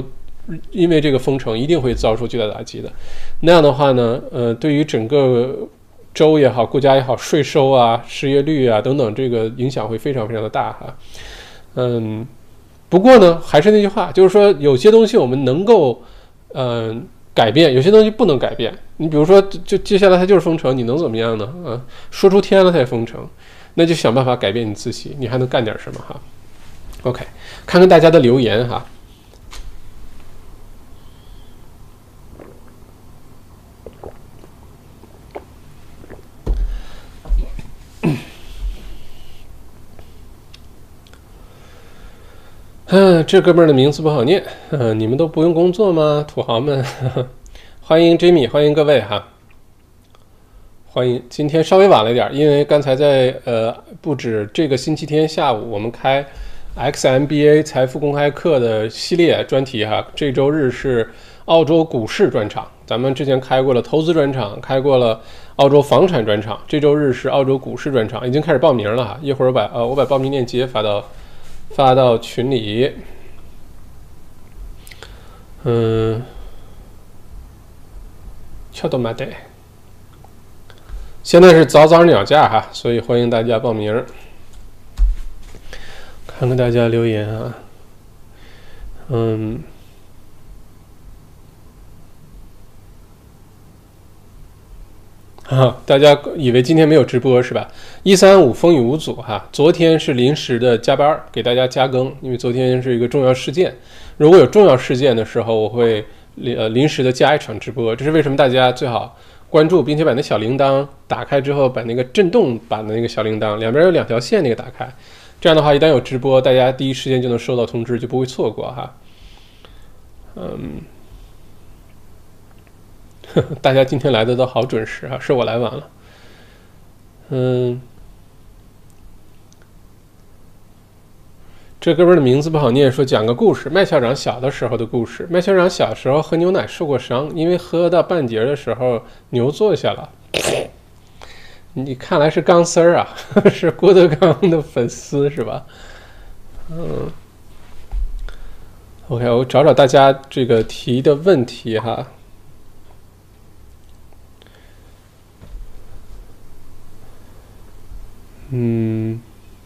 因为这个封城一定会遭受巨大打击的。那样的话呢，呃，对于整个州也好，国家也好，税收啊、失业率啊等等，这个影响会非常非常的大哈。嗯，不过呢，还是那句话，就是说有些东西我们能够嗯、呃、改变，有些东西不能改变。你比如说，就接下来它就是封城，你能怎么样呢？啊，说出天了才封城，那就想办法改变你自己，你还能干点什么哈 ？OK， 看看大家的留言哈。嗯，这哥们儿的名字不好念。嗯，你们都不用工作吗，土豪们？欢迎 Jimmy， 欢迎各位哈。欢迎，今天稍微晚了一点，因为刚才在呃布置这个星期天下午我们开 X M B A 财富公开课的系列专题哈。这周日是澳洲股市专场，咱们之前开过了投资专场，开过了澳洲房产专场，这周日是澳洲股市专场，已经开始报名了哈。一会儿我把呃我把报名链接发到。发到群里，嗯，敲到马得。现在是早早鸟价哈，所以欢迎大家报名。看看大家留言啊，嗯。啊，大家以为今天没有直播是吧？一三五风雨无阻哈，昨天是临时的加班，给大家加更，因为昨天是一个重要事件。如果有重要事件的时候，我会呃临时的加一场直播。这是为什么？大家最好关注，并且把那小铃铛打开之后，把那个震动版的那个小铃铛两边有两条线那个打开，这样的话，一旦有直播，大家第一时间就能收到通知，就不会错过哈。嗯。大家今天来的都好准时啊，是我来晚了。嗯，这哥们儿的名字不好念，说讲个故事。麦校长小的时候的故事。麦校长小时候喝牛奶受过伤，因为喝到半截的时候牛坐下了。你看来是钢丝儿啊，是郭德纲的粉丝是吧？嗯 ，OK， 我找找大家这个提的问题哈。嗯，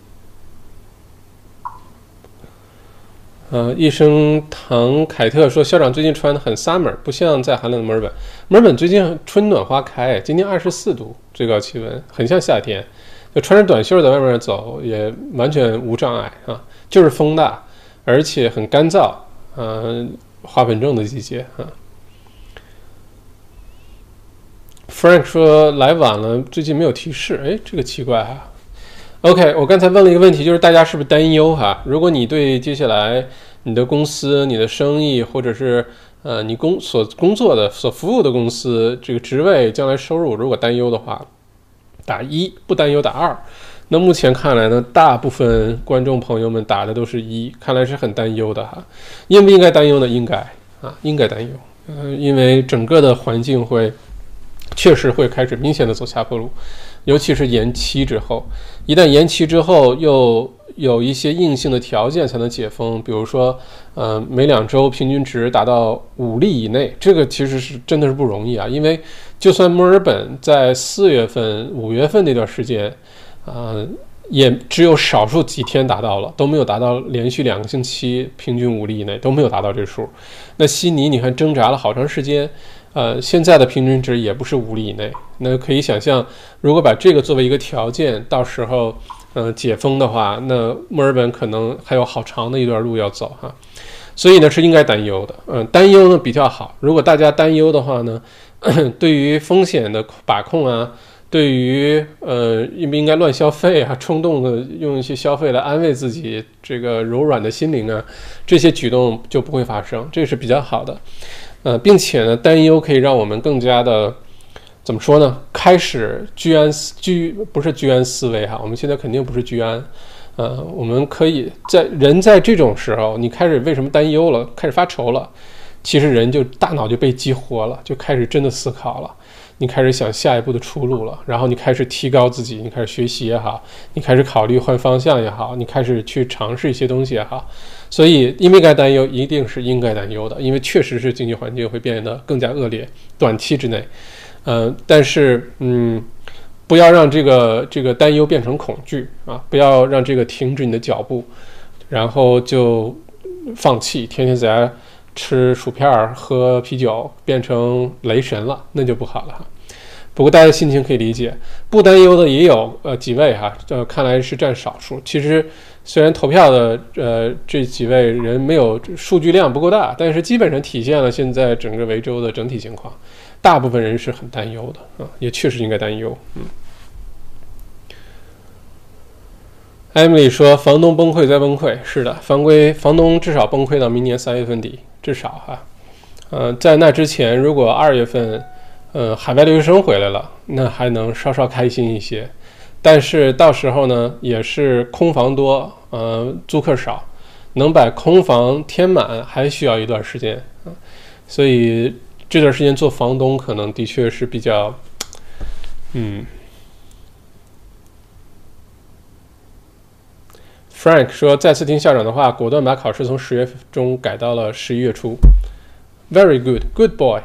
呃，一声唐凯特说，校长最近穿的很 summer， 不像在寒冷的墨尔本。墨尔本最近春暖花开，今天二十四度最高气温，很像夏天，就穿着短袖在外面走也完全无障碍啊，就是风大，而且很干燥，呃，花粉症的季节啊。Frank 说来晚了，最近没有提示，哎，这个奇怪啊。OK， 我刚才问了一个问题，就是大家是不是担忧哈？如果你对接下来你的公司、你的生意，或者是呃你工所工作的、所服务的公司这个职位将来收入如果担忧的话，打一；不担忧打二。那目前看来呢，大部分观众朋友们打的都是一，看来是很担忧的哈。应不应该担忧呢？应该啊，应该担忧。嗯、呃，因为整个的环境会确实会开始明显的走下坡路。尤其是延期之后，一旦延期之后，又有一些硬性的条件才能解封，比如说，呃，每两周平均值达到五例以内，这个其实是真的是不容易啊。因为就算墨尔本在四月份、五月份那段时间，呃，也只有少数几天达到了，都没有达到连续两个星期平均五例以内，都没有达到这数。那悉尼你看挣扎了好长时间。呃，现在的平均值也不是五例以内，那可以想象，如果把这个作为一个条件，到时候呃解封的话，那墨尔本可能还有好长的一段路要走哈，所以呢是应该担忧的，嗯、呃，担忧呢比较好。如果大家担忧的话呢，对于风险的把控啊，对于呃应不应该乱消费啊，冲动的用一些消费来安慰自己这个柔软的心灵啊，这些举动就不会发生，这是比较好的。呃，并且呢，担忧可以让我们更加的怎么说呢？开始居安居不是居安思危哈，我们现在肯定不是居安，呃，我们可以在人在这种时候，你开始为什么担忧了，开始发愁了，其实人就大脑就被激活了，就开始真的思考了。 你开始想下一步的出路了，然后你开始提高自己，你开始学习也好，你开始考虑换方向也好，你开始去尝试一些东西也好。所以应不应该担忧，一定是应该担忧的，因为确实是经济环境会变得更加恶劣，短期之内。呃，但是嗯，不要让这个这个担忧变成恐惧啊，不要让这个停止你的脚步，然后就放弃，天天在家吃薯片喝啤酒变成雷神了，那就不好了哈。不过大家的心情可以理解，不担忧的也有呃几位哈，呃看来是占少数。其实虽然投票的呃这几位人没有数据量不够大，但是基本上体现了现在整个维州的整体情况。大部分人是很担忧的啊，也确实应该担忧。嗯。Emily 说，房东崩溃再崩溃，是的，房规房东至少崩溃到明年三月份底，至少哈。呃，在那之前，如果二月份。呃，海外留学生回来了，那还能稍稍开心一些，但是到时候呢，也是空房多，呃，租客少，能把空房填满还需要一段时间啊，所以这段时间做房东可能的确是比较，嗯。Frank 说，再次听校长的话，果断把考试从十月中改到了十一月初。Very good, good boy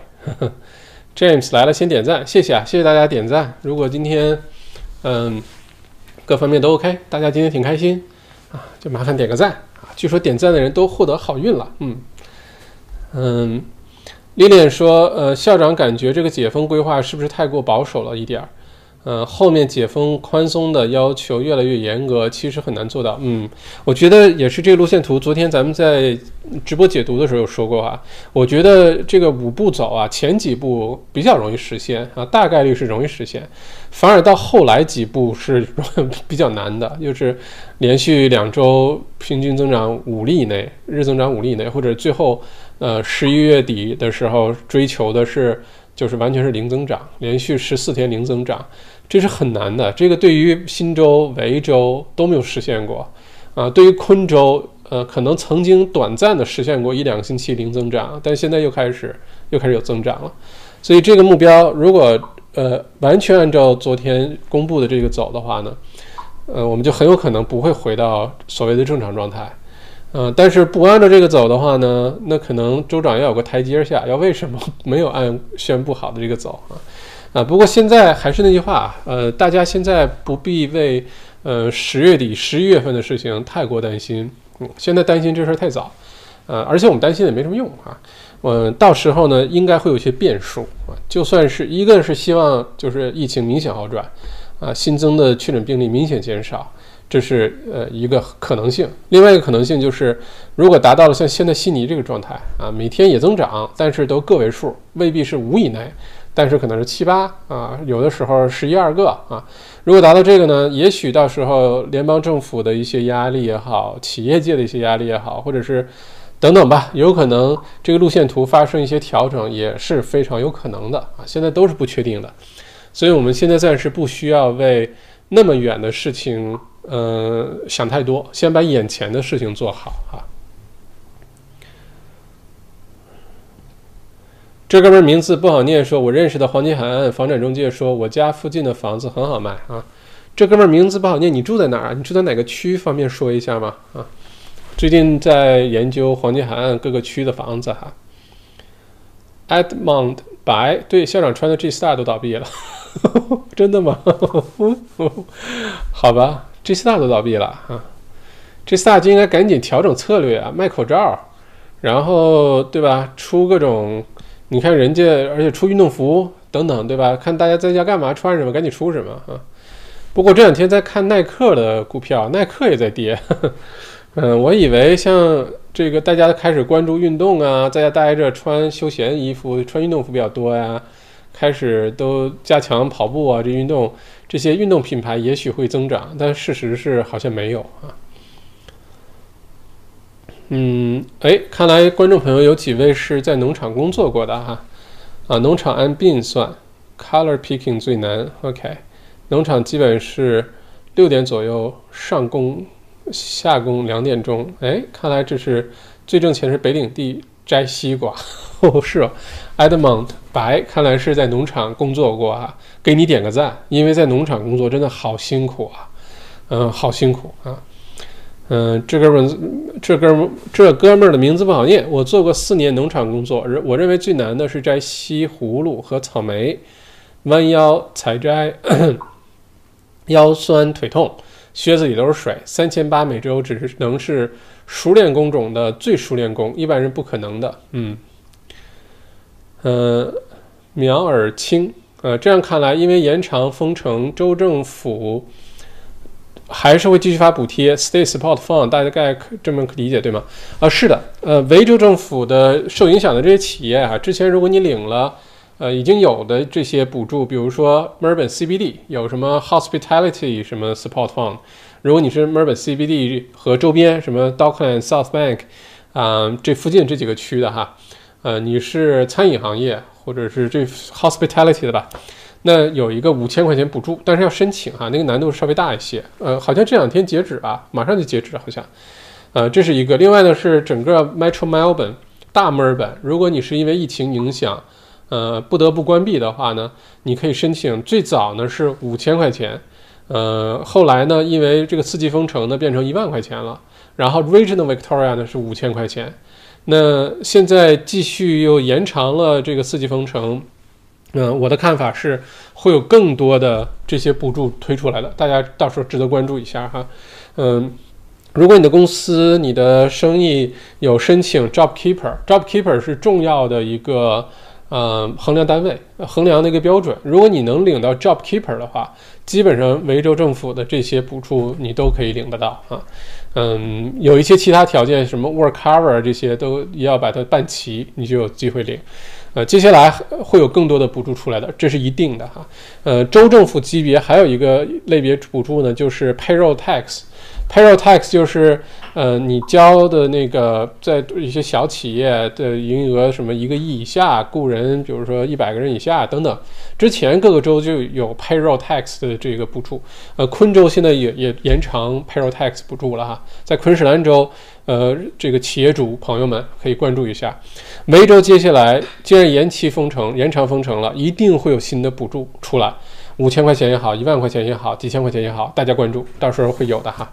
。James 来了，先点赞，谢谢啊，谢谢大家点赞。如果今天，嗯，各方面都 OK， 大家今天挺开心啊，就麻烦点个赞啊。据说点赞的人都获得好运了，嗯嗯。Lilian 说，呃，校长感觉这个解封规划是不是太过保守了一点儿？呃，后面解封宽松的要求越来越严格，其实很难做到。嗯，我觉得也是这个路线图。昨天咱们在直播解读的时候有说过啊，我觉得这个五步走啊，前几步比较容易实现啊，大概率是容易实现，反而到后来几步是比较难的，就是连续两周平均增长五例以内，日增长五例以内，或者最后呃十一月底的时候追求的是就是完全是零增长，连续十四天零增长。这是很难的，这个对于新州、维州都没有实现过，啊，对于昆州，呃，可能曾经短暂的实现过一两个星期零增长，但现在又开始又开始有增长了，所以这个目标如果呃完全按照昨天公布的这个走的话呢，呃，我们就很有可能不会回到所谓的正常状态，呃，但是不按照这个走的话呢，那可能州长要有个台阶下，要为什么没有按宣布好的这个走啊？啊，不过现在还是那句话，呃，大家现在不必为呃十月底、十一月份的事情太过担心，嗯，现在担心这事儿太早，呃，而且我们担心也没什么用啊，嗯、呃，到时候呢，应该会有一些变数啊，就算是一个是希望就是疫情明显好转，啊，新增的确诊病例明显减少，这是呃一个可能性，另外一个可能性就是如果达到了像现在悉尼这个状态啊，每天也增长，但是都个位数，未必是五以内。但是可能是七八啊，有的时候十一二个啊。如果达到这个呢，也许到时候联邦政府的一些压力也好，企业界的一些压力也好，或者是等等吧，有可能这个路线图发生一些调整，也是非常有可能的啊。现在都是不确定的，所以我们现在暂时不需要为那么远的事情，呃，想太多，先把眼前的事情做好啊。这哥们名字不好念，说我认识的黄金海岸房产中介说我家附近的房子很好卖啊。这哥们名字不好念，你住在哪儿？你住在哪个区？方便说一下吗？啊，最近在研究黄金海岸各个区的房子哈。Edmond 白，对，校长穿的 G Star 都倒闭了，真的吗？好吧 ，G Star 都倒闭了啊。G Star 就应该赶紧调整策略啊，卖口罩，然后对吧，出各种。你看人家，而且出运动服等等，对吧？看大家在家干嘛，穿什么，赶紧出什么啊！不过这两天在看耐克的股票，耐克也在跌。嗯，我以为像这个大家开始关注运动啊，在家待着穿休闲衣服、穿运动服比较多呀，开始都加强跑步啊，这运动这些运动品牌也许会增长，但事实是好像没有啊。嗯，哎，看来观众朋友有几位是在农场工作过的哈，啊，农场按 bin 算 ，color picking 最难 ，OK， 农场基本是六点左右上工，下工两点钟，哎，看来这是最挣钱是北领地摘西瓜。哦，是哦 ，Edmond 白，看来是在农场工作过啊，给你点个赞，因为在农场工作真的好辛苦啊，嗯、呃，好辛苦啊。嗯、呃，这哥们，这哥们，这哥们儿的名字不好念。我做过四年农场工作，我认为最难的是摘西葫芦和草莓，弯腰采摘，腰酸腿痛，靴子里都是水。三千八每周只能是熟练工种的最熟练工，一般人不可能的。嗯。呃，苗尔清，呃，这样看来，因为延长封城，州政府还是会继续发补贴 ，State Support Fund， 大概这么理解对吗？啊，是的，呃，维州政府的受影响的这些企业啊，之前如果你领了，呃，已经有的这些补助，比如说墨尔本 C B D 有什么 Hospitality 什么 Support Fund， 如果你是墨尔本 C B D 和周边什么 Docklands、South Bank 啊、呃，这附近这几个区的哈。呃，你是餐饮行业或者是这 hospitality 的吧？那有一个五千块钱补助，但是要申请哈，那个难度稍微大一些。呃，好像这两天截止吧，马上就截止好像。呃，这是一个。另外呢是整个 Metro Melbourne 大墨尔本，如果你是因为疫情影响，呃，不得不关闭的话呢，你可以申请。最早呢是五千块钱，呃，后来呢因为这个四季封城呢变成一万块钱了，然后 Regional Victoria 呢是五千块钱。那现在继续又延长了这个四季封城，嗯、呃，我的看法是会有更多的这些补助推出来的，大家到时候值得关注一下哈。嗯，如果你的公司、你的生意有申请 JobKeeper，JobKeeper 是重要的一个呃衡量单位，衡量的一个标准。如果你能领到 JobKeeper 的话，基本上维州政府的这些补助你都可以领得到啊。嗯，有一些其他条件，什么 work cover 这些都也要把它办齐，你就有机会领。呃，接下来会有更多的补助出来的，这是一定的哈。呃，州政府级别还有一个类别补助呢，就是 payroll tax。payroll tax 就是呃你交的那个在一些小企业的营业额什么一个亿以下，雇人比如说一百个人以下等等，之前各个州就有 payroll tax 的这个补助。呃，昆州现在也也延长 payroll tax 补助了哈，在昆士兰州，呃，这个企业主朋友们可以关注一下。维州接下来既然延期封城、延长封城了，一定会有新的补助出来，五千块钱也好，一万块钱也好，几千块钱也好，大家关注，到时候会有的哈。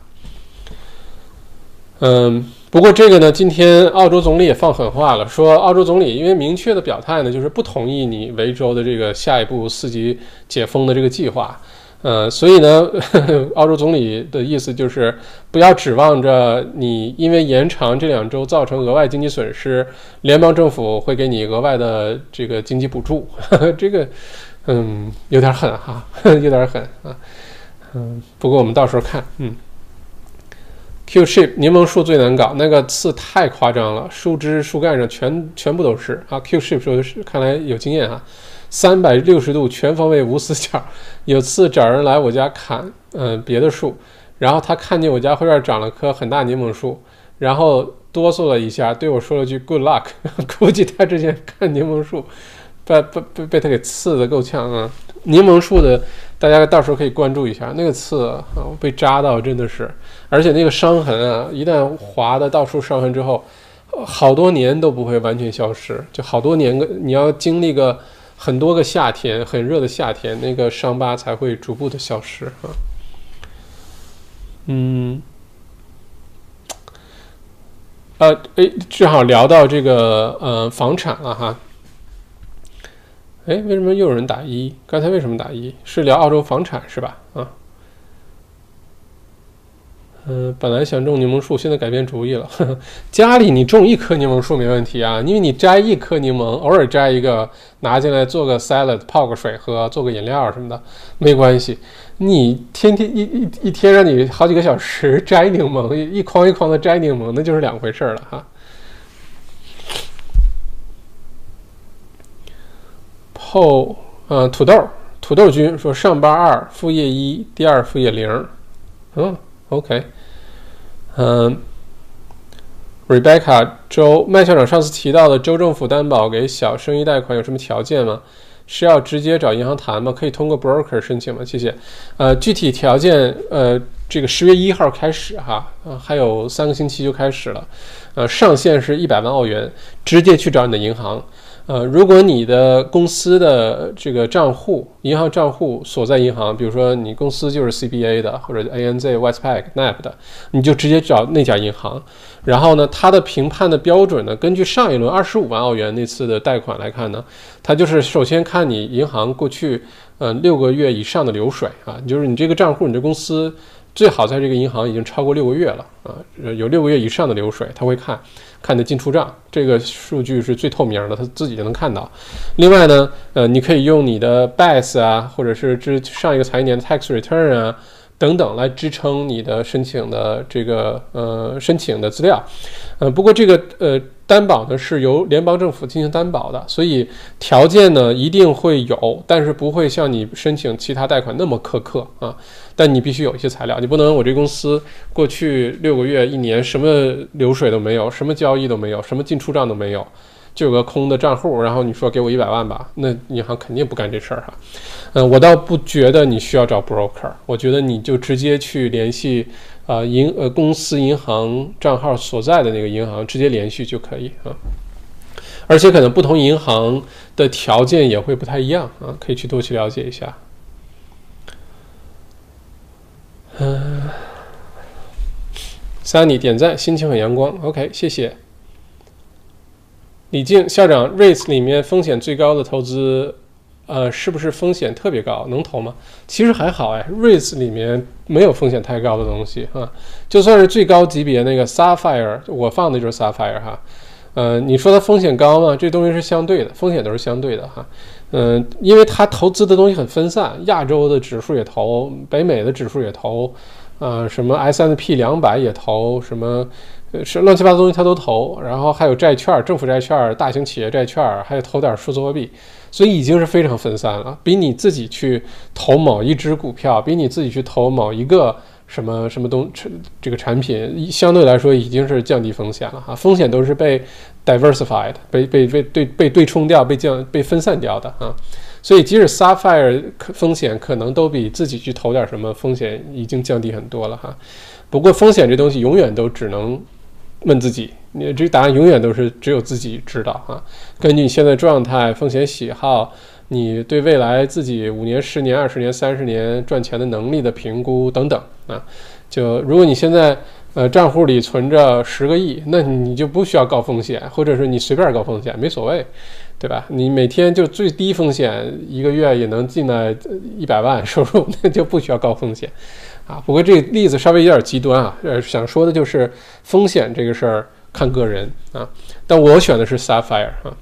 嗯，不过这个呢，今天澳洲总理也放狠话了，说澳洲总理因为明确的表态呢，就是不同意你维州的这个下一步四级解封的这个计划。呃，所以呢，呵呵澳洲总理的意思就是不要指望着你因为延长这两周造成额外经济损失，联邦政府会给你额外的这个经济补助。呵呵这个，嗯，有点狠哈，呵呵有点狠啊。嗯，不过我们到时候看，嗯。Q-ship 柠檬树最难搞，那个刺太夸张了，树枝树干上全全部都是啊。Q-ship 说是看来有经验哈，三百六十度全方位无死角。有次找人来我家砍，嗯、呃，别的树，然后他看见我家后院长了棵很大柠檬树，然后哆嗦了一下，对我说了句 Good luck。估计他之前看柠檬树，被被被被他给刺得够呛啊。柠檬树的大家到时候可以关注一下，那个刺啊被扎到真的是，而且那个伤痕啊，一旦划的到处伤痕之后，好多年都不会完全消失，就好多年你要经历个很多个夏天，很热的夏天，那个伤疤才会逐步的消失啊。嗯，呃，诶，正好聊到这个呃房产了哈。哎，为什么又有人打一？刚才为什么打一？是聊澳洲房产是吧？啊，嗯、呃，本来想种柠檬树，现在改变主意了。呵呵，家里你种一棵柠檬树没问题啊，因为你摘一颗柠檬，偶尔摘一个拿进来做个 salad， 泡个水喝，做个饮料什么的，没关系。你天天一一一天让你好几个小时摘柠檬，一筐一筐的摘柠檬，那就是两回事了哈。后，呃，土豆土豆君说上班二，副业一，第二副业零。嗯 ，OK， 嗯 ，Rebecca 周麦校长上次提到的州政府担保给小生意贷款有什么条件吗？是要直接找银行谈吗？可以通过 broker 申请吗？谢谢。呃，具体条件，呃， 这个十月一号开始哈，呃，还有三个星期就开始了，呃，上限是一百万澳元，直接去找你的银行。呃，如果你的公司的这个账户，银行账户所在银行，比如说你公司就是 C B A 的，或者 A N Z、Westpac、N A B 的，你就直接找那家银行。然后呢，它的评判的标准呢，根据上一轮二十五万澳元那次的贷款来看呢，它就是首先看你银行过去呃六个月以上的流水啊，就是你这个账户，你这公司最好在这个银行已经超过六个月了啊，有六个月以上的流水，他会看。看的进出账，这个数据是最透明的，他自己就能看到。另外呢，呃，你可以用你的 B A S 啊，或者是之上一个财年的 tax return 啊等等来支撑你的申请的这个呃申请的资料。呃，不过这个呃担保呢是由联邦政府进行担保的，所以条件呢一定会有，但是不会像你申请其他贷款那么苛刻啊。但你必须有一些材料，你不能我这公司过去六个月、一年什么流水都没有，什么交易都没有，什么进出账都没有，就有个空的账户，然后你说给我一百万吧，那银行肯定不干这事儿哈。嗯、呃，我倒不觉得你需要找 broker， 我觉得你就直接去联系啊银呃公司银行账号所在的那个银行，直接联系就可以啊。而且可能不同银行的条件也会不太一样啊，可以去多去了解一下。嗯 ，Sunny 点赞，心情很阳光。OK， 谢谢。李静校长 ，REITs 里面风险最高的投资，呃，是不是风险特别高？能投吗？其实还好哎 ，REITs 里面没有风险太高的东西啊。就算是最高级别那个 Sapphire， 我放的就是 Sapphire 哈。呃，你说它风险高吗？这东西是相对的，风险都是相对的哈。嗯、呃，因为它投资的东西很分散，亚洲的指数也投，北美的指数也投，呃，什么 S and P 两百也投，什么呃是乱七八糟东西它都投，然后还有债券、政府债券、大型企业债券，还有投点数字货币，所以已经是非常分散了，比你自己去投某一只股票，比你自己去投某一个。什么什么东这个产品相对来说已经是降低风险了哈，风险都是被 diversified 被被被对被对冲掉、被降被分散掉的啊，所以即使 Sapphire 风险可能都比自己去投点什么风险已经降低很多了哈。不过风险这东西永远都只能问自己，你这答案永远都是只有自己知道啊。根据你现在状态、风险喜好。你对未来自己五年、十年、二十年、三十年赚钱的能力的评估等等啊，就如果你现在呃账户里存着十个亿，那你就不需要高风险，或者是你随便高风险没所谓，对吧？你每天就最低风险一个月也能进来一百万收入，那就不需要高风险啊。不过这个例子稍微有点极端啊，呃，想说的就是风险这个事儿看个人啊，但我选的是 Sapphire 啊。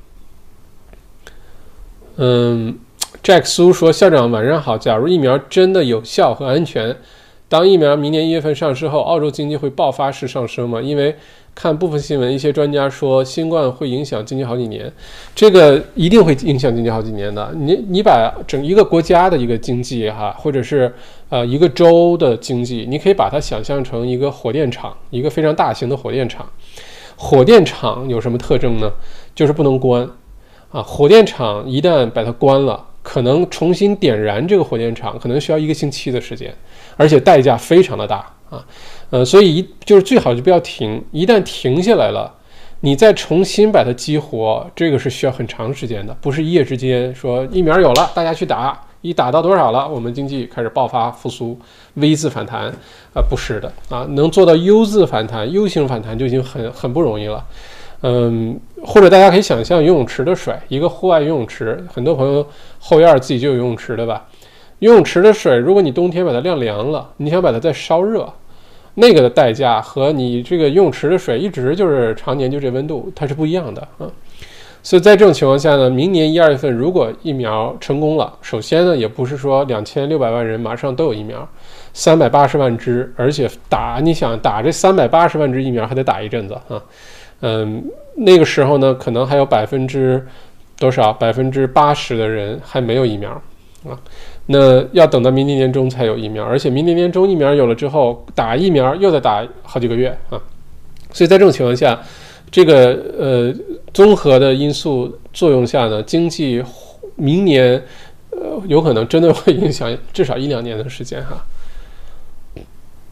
嗯 ，Jack 苏说：“校长晚上好。假如疫苗真的有效和安全，当疫苗明年一月份上市后，澳洲经济会爆发式上升吗？因为看部分新闻，一些专家说新冠会影响经济好几年，这个一定会影响经济好几年的。你你把整一个国家的一个经济哈，或者是呃一个州的经济，你可以把它想象成一个火电厂，一个非常大型的火电厂。火电厂有什么特征呢？就是不能关。”啊，火电厂一旦把它关了，可能重新点燃这个火电厂，可能需要一个星期的时间，而且代价非常的大啊。呃，所以一就是最好就不要停，一旦停下来了，你再重新把它激活，这个是需要很长时间的，不是一夜之间说疫苗有了，大家去打，一打到多少了，我们经济开始爆发复苏 ，V 字反弹啊、呃，不是的啊，能做到 U 字反弹、U 型反弹就已经很很不容易了。嗯，或者大家可以想象游泳池的水，一个户外游泳池，很多朋友后院自己就有游泳池的吧？游泳池的水，如果你冬天把它晾凉了，你想把它再烧热，那个的代价和你这个游泳池的水一直就是常年就这温度，它是不一样的啊。所以在这种情况下呢，明年一二月份如果疫苗成功了，首先呢也不是说两千六百万人马上都有疫苗，三百八十万支，而且打你想打这三百八十万支疫苗还得打一阵子啊。嗯，那个时候呢，可能还有百分之多少，百分之八十的人还没有疫苗啊。那要等到明年年中才有疫苗，而且明年年中疫苗有了之后，打疫苗又得打好几个月啊。所以在这种情况下，这个呃综合的因素作用下呢，经济明年呃有可能真的会影响至少一两年的时间哈。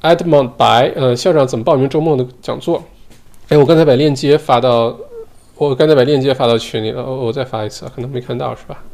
Edmund 白，呃，校长怎么报名周末的讲座？哎，我刚才把链接发到，我刚才把链接发到群里了，我我再发一次，可能没看到是吧？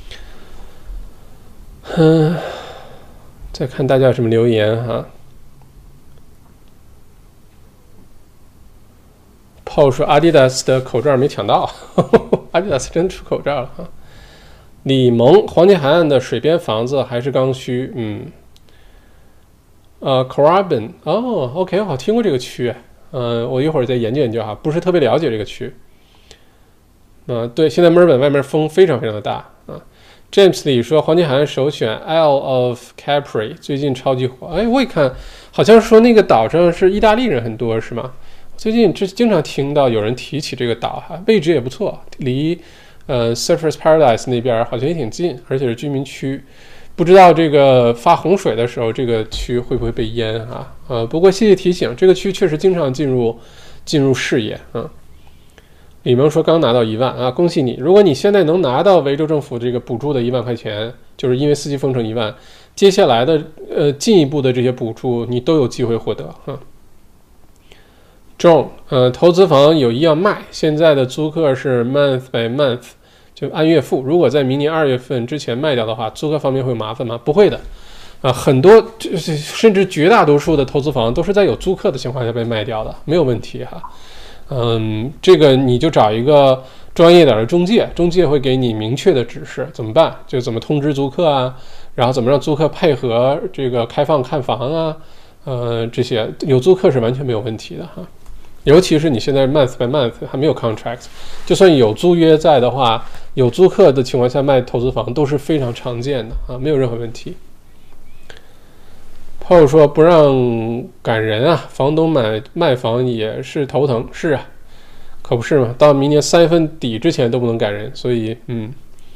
嗯，再看大家有什么留言哈。Paul 说 Adidas 的口罩没抢到，Adidas 真出口罩了哈。李萌，黄金海岸的水边房子还是刚需，嗯。呃 ，Carabin， 哦 ，OK， 我听过这个区，嗯、呃，我一会儿再研究研究哈，不是特别了解这个区。啊、呃，对，现在墨尔本外面风非常非常的大啊。James 里说黄金海岸首选 Isle of Capri， 最近超级火。哎，我一看，好像说那个岛上是意大利人很多，是吗？最近这经常听到有人提起这个岛哈，位置也不错，离呃 Surfers Paradise 那边好像也挺近，而且是居民区。不知道这个发洪水的时候，这个区会不会被淹啊？呃，不过谢谢提醒，这个区确实经常进入进入视野啊。李萌说刚拿到一万啊，恭喜你！如果你现在能拿到维州政府这个补助的一万块钱，就是因为四季封城一万，接下来的呃进一步的这些补助你都有机会获得啊。John， 呃，投资房有意要卖，现在的租客是 month by month。就按月付，如果在明年二月份之前卖掉的话，租客方面会有麻烦吗？不会的，啊、呃，很多甚至绝大多数的投资房都是在有租客的情况下被卖掉的，没有问题哈。嗯，这个你就找一个专业点的中介，中介会给你明确的指示，怎么办？就怎么通知租客啊，然后怎么让租客配合这个开放看房啊，呃，这些有租客是完全没有问题的哈。尤其是你现在 month by month 还没有 contract， 就算有租约在的话，有租客的情况下卖投资房都是非常常见的啊，没有任何问题。Paul 说不让赶人啊，房东买卖房也是头疼，是啊，可不是嘛，到明年三月份底之前都不能赶人，所以嗯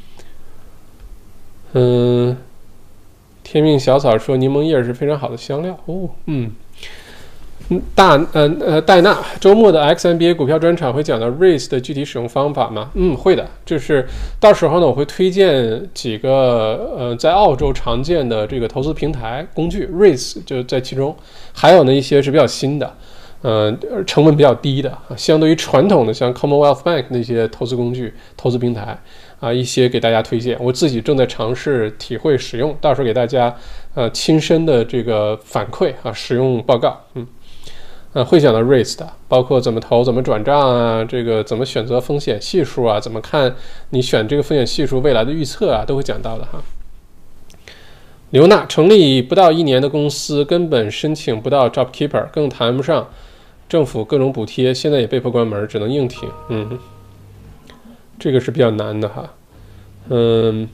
嗯，天命小草说柠檬叶是非常好的香料哦，嗯。大呃呃戴娜周末的 X M B A 股票专场会讲到 R A I S 的具体使用方法吗？嗯，会的，就是到时候呢，我会推荐几个呃在澳洲常见的这个投资平台工具 ，R A I S 就在其中，还有呢一些是比较新的，呃成本比较低的，相对于传统的像 Commonwealth Bank 那些投资工具、投资平台啊，一些给大家推荐，我自己正在尝试体会使用，到时候给大家呃亲身的这个反馈啊，使用报告，嗯。呃，会讲到 R A I S 的，包括怎么投、怎么转账啊，这个怎么选择风险系数啊，怎么看你选这个风险系数未来的预测啊，都会讲到的哈。刘娜成立不到一年的公司，根本申请不到 JobKeeper， 更谈不上政府各种补贴，现在也被迫关门，只能硬挺。嗯，这个是比较难的哈。嗯。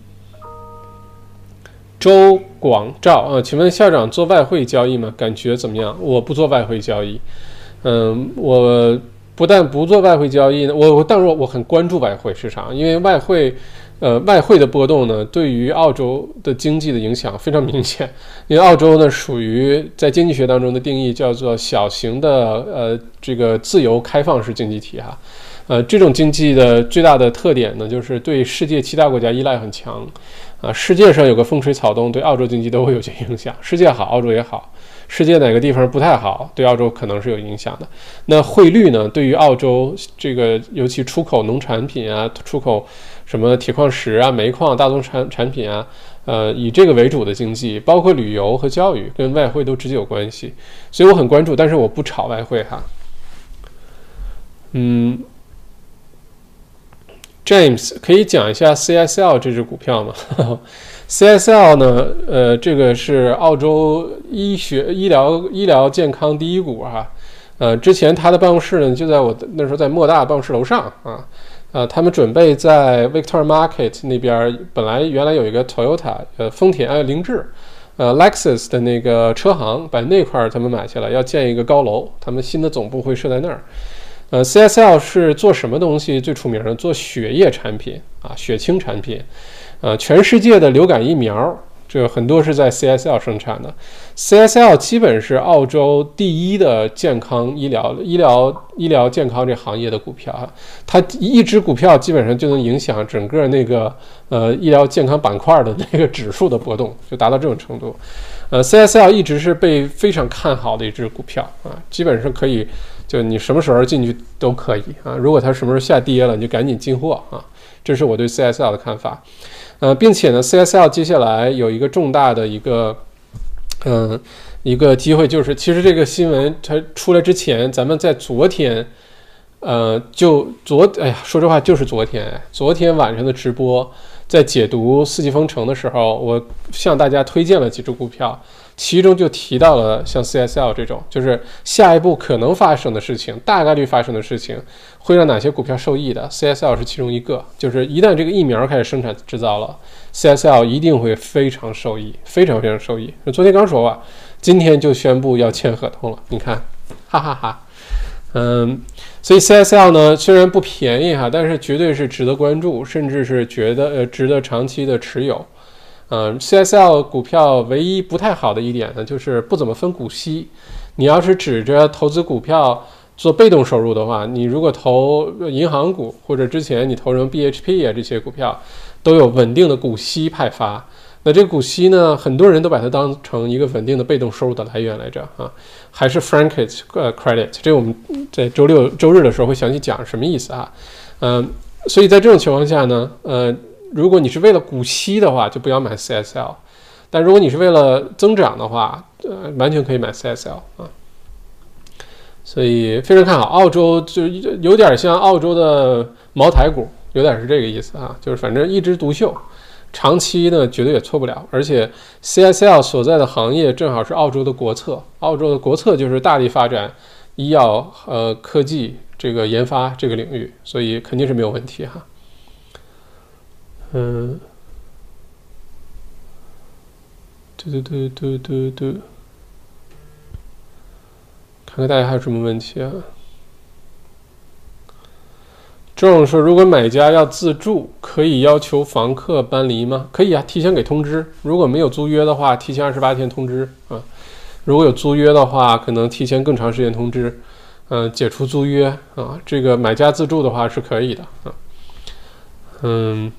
周广照啊，请问校长做外汇交易吗？感觉怎么样？我不做外汇交易，嗯，我不但不做外汇交易呢，我我当然我很关注外汇市场，因为外汇，呃，外汇的波动呢，对于澳洲的经济的影响非常明显。因为澳洲呢，属于在经济学当中的定义叫做小型的呃这个自由开放式经济体哈。呃，这种经济的最大的特点呢，就是对世界其他国家依赖很强，啊，世界上有个风吹草动，对澳洲经济都会有些影响。世界好，澳洲也好；世界哪个地方不太好，对澳洲可能是有影响的。那汇率呢，对于澳洲这个，尤其出口农产品啊，出口什么铁矿石啊、煤矿、大宗产产品啊，呃，以这个为主的经济，包括旅游和教育，跟外汇都直接有关系。所以我很关注，但是我不炒外汇哈。嗯。James 可以讲一下 C S L 这只股票吗？C S L 呢，呃，这个是澳洲医学、医疗、医疗健康第一股哈、啊。呃，之前他的办公室呢就在我那时候在莫大办公室楼上啊。呃，他们准备在 Victoria Market 那边，本来原来有一个 Toyota， 呃，丰田还有凌志，呃 ，Lexus 的那个车行，把那块他们买下来，要建一个高楼，他们新的总部会设在那儿。呃 ，C S L 是做什么东西最出名的？做血液产品啊，血清产品。呃，全世界的流感疫苗，这很多是在 C S L 生产的。C S L 基本是澳洲第一的健康医疗、医疗、医疗健康这行业的股票啊。它一只股票基本上就能影响整个那个呃医疗健康板块的那个指数的波动，就达到这种程度。 呃 ，C S L 一直是被非常看好的一只股票啊，基本上可以，就你什么时候进去都可以啊。如果它什么时候下跌了，你就赶紧进货啊。这是我对 C S L 的看法。呃，并且呢 ，C S L 接下来有一个重大的一个，嗯、呃，一个机会，就是其实这个新闻它出来之前，咱们在昨天。呃，就昨哎呀，说实话就是昨天，昨天晚上的直播，在解读四季封城的时候，我向大家推荐了几只股票，其中就提到了像 C S L 这种，就是下一步可能发生的事情，大概率发生的事情，会让哪些股票受益的 ，C S L 是其中一个。就是一旦这个疫苗开始生产制造了 ，C S L 一定会非常受益，非常非常受益。昨天刚说啊，今天就宣布要签合同了，你看，哈哈哈。嗯，所以 C S L 呢虽然不便宜哈，但是绝对是值得关注，甚至是觉得呃值得长期的持有。嗯 ，C S L 股票唯一不太好的一点呢，就是不怎么分股息。你要是指着投资股票做被动收入的话，你如果投银行股或者之前你投什么 B H P 啊这些股票，都有稳定的股息派发。那这个股息呢，很多人都把它当成一个稳定的被动收入的来源来着啊，还是 Franket 呃 credit， 这个我们在周六周日的时候会详细讲什么意思啊，嗯、呃，所以在这种情况下呢，呃，如果你是为了股息的话，就不要买 C S L， 但如果你是为了增长的话，呃，完全可以买 C S L 啊，所以非常看好澳洲，就有点像澳洲的茅台股，有点是这个意思啊，就是反正一枝独秀。长期呢，绝对也错不了，而且 C S L 所在的行业正好是澳洲的国策，澳洲的国策就是大力发展医药、呃科技这个研发这个领域，所以肯定是没有问题哈。嗯，对对对对对对，看看大家还有什么问题啊？这种说，如果买家要自住，可以要求房客搬离吗？可以啊，提前给通知。如果没有租约的话，提前二十八天通知啊。如果有租约的话，可能提前更长时间通知。嗯、呃，解除租约啊，这个买家自住的话是可以的啊。嗯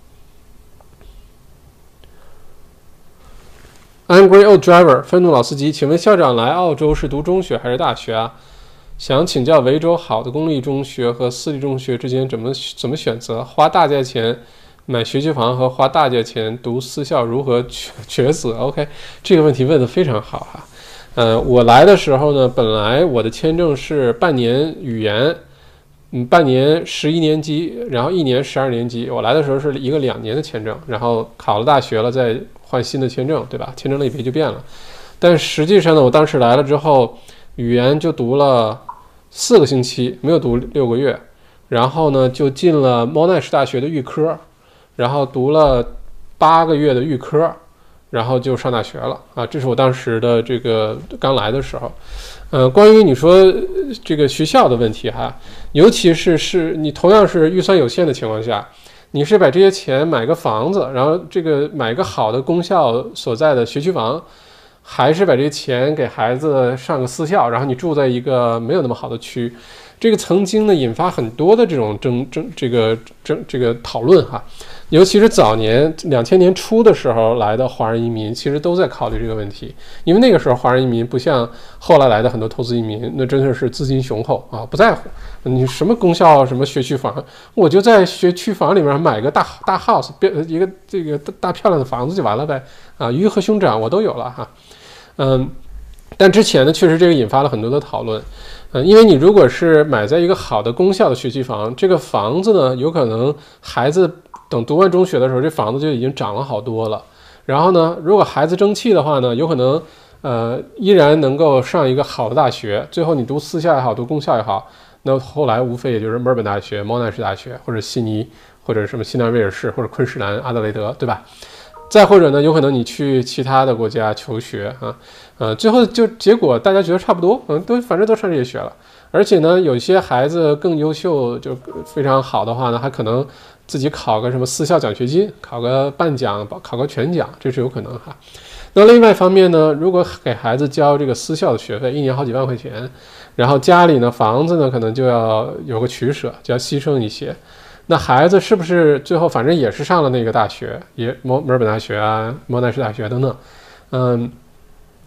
，Angry Old Driver， 愤怒老司机，请问校长来澳洲是读中学还是大学啊？想请教维州好的公立中学和私立中学之间怎么怎么选择？花大价钱买学区房和花大价钱读私校如何抉择 ？OK， 这个问题问得非常好哈。呃，我来的时候呢，本来我的签证是半年语言，嗯，半年十一年级，然后一年十二年级。我来的时候是一个两年的签证，然后考了大学了再换新的签证，对吧？签证类别就变了。但实际上呢，我当时来了之后，语言就读了四个星期，没有读六个月，然后呢就进了莫奈什大学的预科，然后读了八个月的预科，然后就上大学了啊！这是我当时的这个刚来的时候。呃，关于你说这个学校的问题哈，尤其是是你同样是预算有限的情况下，你是把这些钱买个房子，然后这个买个好的公校所在的学区房。还是把这个钱给孩子上个私校，然后你住在一个没有那么好的区，这个曾经呢引发很多的这种争争这个争这个讨论哈，尤其是早年两千年初的时候来的华人移民，其实都在考虑这个问题，因为那个时候华人移民不像后来来的很多投资移民，那真的是资金雄厚啊，不在乎你什么公校什么学区房，我就在学区房里面买个大大 house， 一个这个大漂亮的房子就完了呗啊，鱼和熊掌我都有了哈。嗯，但之前呢，确实这个引发了很多的讨论。嗯，因为你如果是买在一个好的公校的学区房，这个房子呢，有可能孩子等读完中学的时候，这房子就已经涨了好多了。然后呢，如果孩子争气的话呢，有可能呃依然能够上一个好的大学。最后你读私校也好，读公校也好，那后来无非也就是墨尔本大学、莫奈什大学，或者悉尼，或者什么西南威尔士，或者昆士兰、阿德雷德，对吧？再或者呢，有可能你去其他的国家求学啊，呃，最后就结果大家觉得差不多，嗯，都反正都上这些学了，而且呢，有些孩子更优秀，就非常好的话呢，还可能自己考个什么私校奖学金，考个半奖，考个全奖，这是有可能哈。那另外一方面呢，如果给孩子交这个私校的学费，一年好几万块钱，然后家里呢房子呢可能就要有个取舍，就要牺牲一些。那孩子是不是最后反正也是上了那个大学，也墨墨尔本大学啊、莫奈什大学等等，嗯，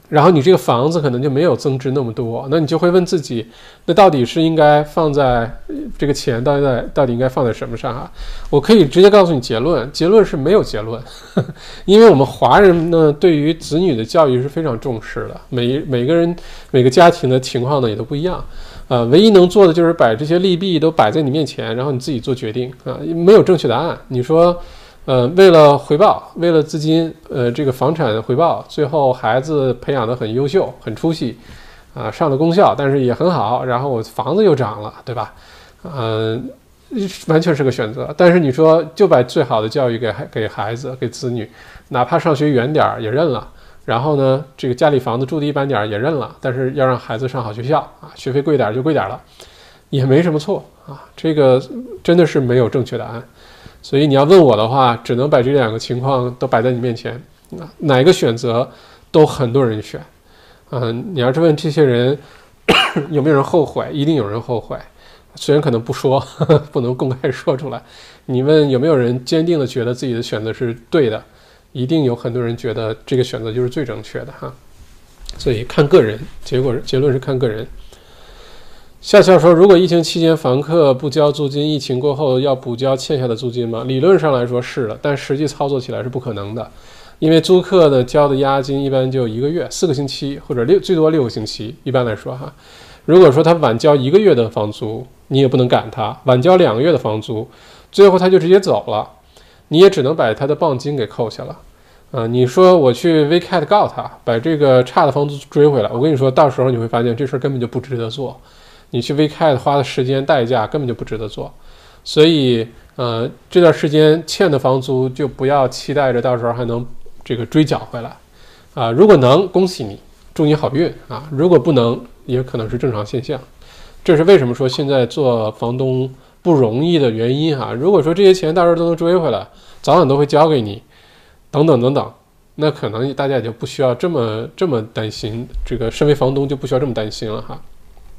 然后你这个房子可能就没有增值那么多，那你就会问自己，那到底是应该放在这个钱到底在到底应该放在什么上啊？我可以直接告诉你结论，结论是没有结论，呵呵，因为我们华人呢对于子女的教育是非常重视的，每每个人每个家庭的情况呢也都不一样，呃，唯一能做的就是把这些利弊都摆在你面前，然后你自己做决定啊，没有正确答案。你说。呃，为了回报，为了资金，呃，这个房产回报，最后孩子培养得很优秀，很出息，啊、呃，上了公校，但是也很好，然后我房子又涨了，对吧？嗯、呃，完全是个选择。但是你说就把最好的教育给给孩子，给子女，哪怕上学远点儿也认了，然后呢，这个家里房子住的一般点儿也认了，但是要让孩子上好学校啊，学费贵点儿就贵点儿了，也没什么错啊，这个真的是没有正确答案。所以你要问我的话，只能把这两个情况都摆在你面前，哪个选择都很多人选。嗯、呃，你要是问这些人有没有人后悔，一定有人后悔，虽然可能不说，呵呵，不能公开说出来。你问有没有人坚定的觉得自己的选择是对的，一定有很多人觉得这个选择就是最正确的哈。所以看个人，结果结论是看个人。夏夏说，如果疫情期间房客不交租金，疫情过后要补交欠下的租金吗？理论上来说是的，但实际操作起来是不可能的，因为租客呢交的押金一般就一个月、四个星期或者六最多六个星期，一般来说哈。如果说他晚交一个月的房租，你也不能赶他；晚交两个月的房租，最后他就直接走了，你也只能把他的磅金给扣下了。啊、呃，你说我去 V C A T 告他，把这个差的房租追回来，我跟你说，到时候你会发现这事根本就不值得做。你去 V C A T 花的时间代价根本就不值得做，所以呃这段时间欠的房租就不要期待着到时候还能这个追缴回来啊、呃！如果能，恭喜你，祝你好运啊！如果不能，也可能是正常现象。这是为什么说现在做房东不容易的原因哈。如果说这些钱到时候都能追回来，早晚都会交给你，等等等等，那可能大家也就不需要这么这么担心，这个身为房东就不需要这么担心了哈。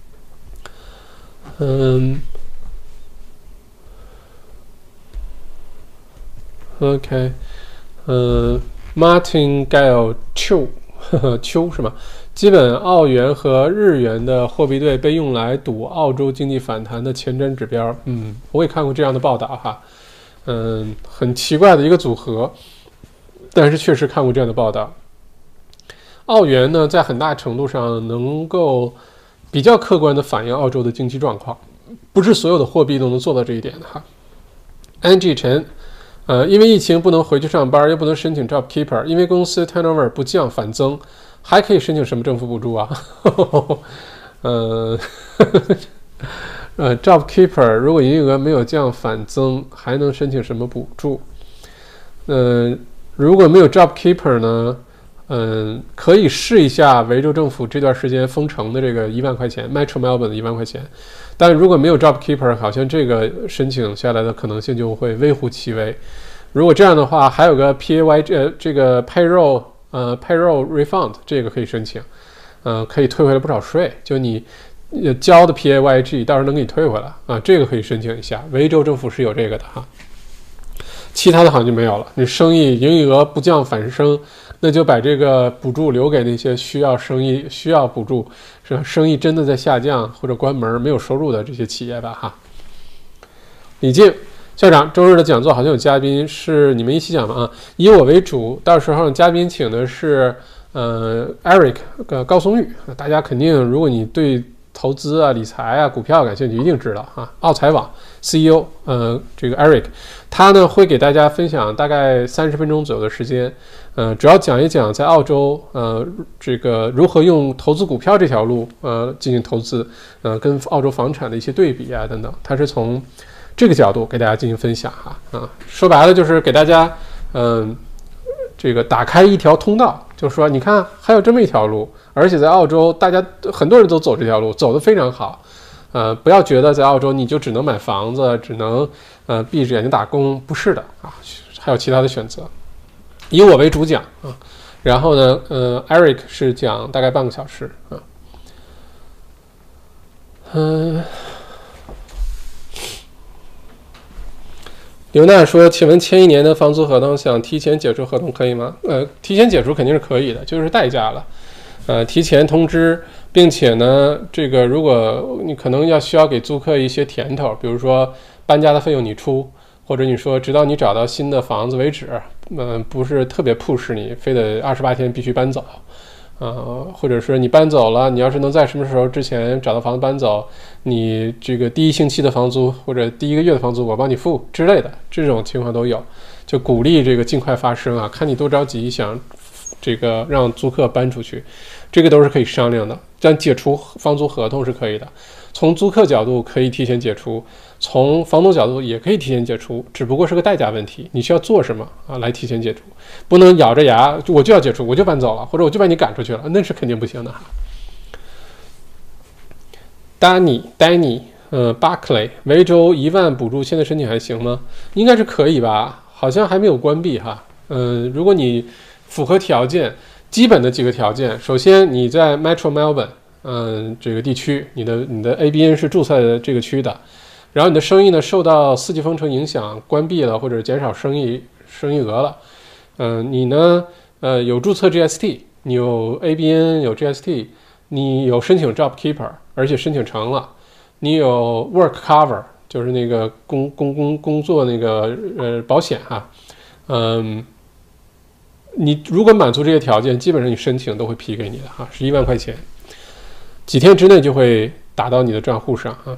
嗯 ，OK， 嗯 ，Martingale 秋，呵呵，秋是吗？基本澳元和日元的货币对被用来赌澳洲经济反弹的前瞻指标。嗯，我也看过这样的报道哈。嗯，很奇怪的一个组合，但是确实看过这样的报道。澳元呢，在很大程度上能够比较客观地反映澳洲的经济状况，不是所有的货币都能做到这一点的哈。Angie 陈，呃，因为疫情不能回去上班，又不能申请 Job Keeper， 因为公司 turnover 不降反增，还可以申请什么政府补助啊？呃，呃 ，Job Keeper 如果营业额没有降反增，还能申请什么补助？呃，如果没有 Job Keeper 呢？嗯，可以试一下维州政府这段时间封城的这个一万块钱 ，Metro Melbourne 的一万块钱。但如果没有 Job Keeper， 好像这个申请下来的可能性就会微乎其微。如果这样的话，还有个 P A Y 呃这个 payroll 呃 payroll refund 这个可以申请，呃可以退回来不少税，就你交的 P A Y G 到时候能给你退回来啊，这个可以申请一下。维州政府是有这个的哈。其他的好像就没有了。你生意营业额不降反升，那就把这个补助留给那些需要生意需要补助，是吧？生意真的在下降或者关门没有收入的这些企业吧，哈。李静校长，周日的讲座好像有嘉宾，是你们一起讲吗？啊，以我为主，到时候嘉宾请的是呃 Eric 呃高松玉，大家肯定如果你对投资啊、理财啊、股票感兴趣，一定知道啊。澳财网 C E O， 呃，这个 Eric， 他呢会给大家分享大概三十分钟左右的时间，呃，主要讲一讲在澳洲，呃，这个如何用投资股票这条路，呃，进行投资，呃，跟澳洲房产的一些对比啊等等，他是从这个角度给大家进行分享哈，啊，说白了就是给大家，嗯、呃，这个打开一条通道，就是说你看还有这么一条路。而且在澳洲，大家很多人都走这条路，走得非常好。呃，不要觉得在澳洲你就只能买房子，只能呃闭着眼睛打工，不是的啊，还有其他的选择。以我为主讲啊，然后呢，呃 ，Eric 是讲大概半个小时啊。嗯、呃，刘娜说：“请问签一年的房租合同，想提前解除合同可以吗？呃，提前解除肯定是可以的，就是代价了。” 呃，提前通知，并且呢，这个如果你可能要需要给租客一些甜头，比如说搬家的费用你出，或者你说直到你找到新的房子为止，嗯、呃，不是特别 push 你，非得二十八天必须搬走。呃，或者是你搬走了，你要是能在什么时候之前找到房子搬走，你这个第一星期的房租或者第一个月的房租我帮你付之类的，这种情况都有，就鼓励这个尽快发生啊，看你多着急想这个让租客搬出去，这个都是可以商量的。但解除房租合同是可以的，从租客角度可以提前解除，从房东角度也可以提前解除，只不过是个代价问题，你需要做什么啊来提前解除，不能咬着牙我就要解除，我就搬走了，或者我就把你赶出去了，那是肯定不行的哈。Danny Danny 呃 Barclay 维州一万补助现在申请还行吗？应该是可以吧，好像还没有关闭哈。嗯、呃，如果你符合条件，基本的几个条件，首先你在 Metro Melbourne 嗯，这个地区，你的你的 A B N 是注册的这个区的，然后你的生意呢受到四级封城影响关闭了或者减少生意生意额了，嗯、呃，你呢呃有注册 G S T， 你有 A B N 有 G S T， 你有申请 Job Keeper， 而且申请成了，你有 Work Cover， 就是那个工工工工作那个呃保险哈，嗯。你如果满足这些条件，基本上你申请都会批给你的哈，是一万块钱，几天之内就会打到你的账户上哈。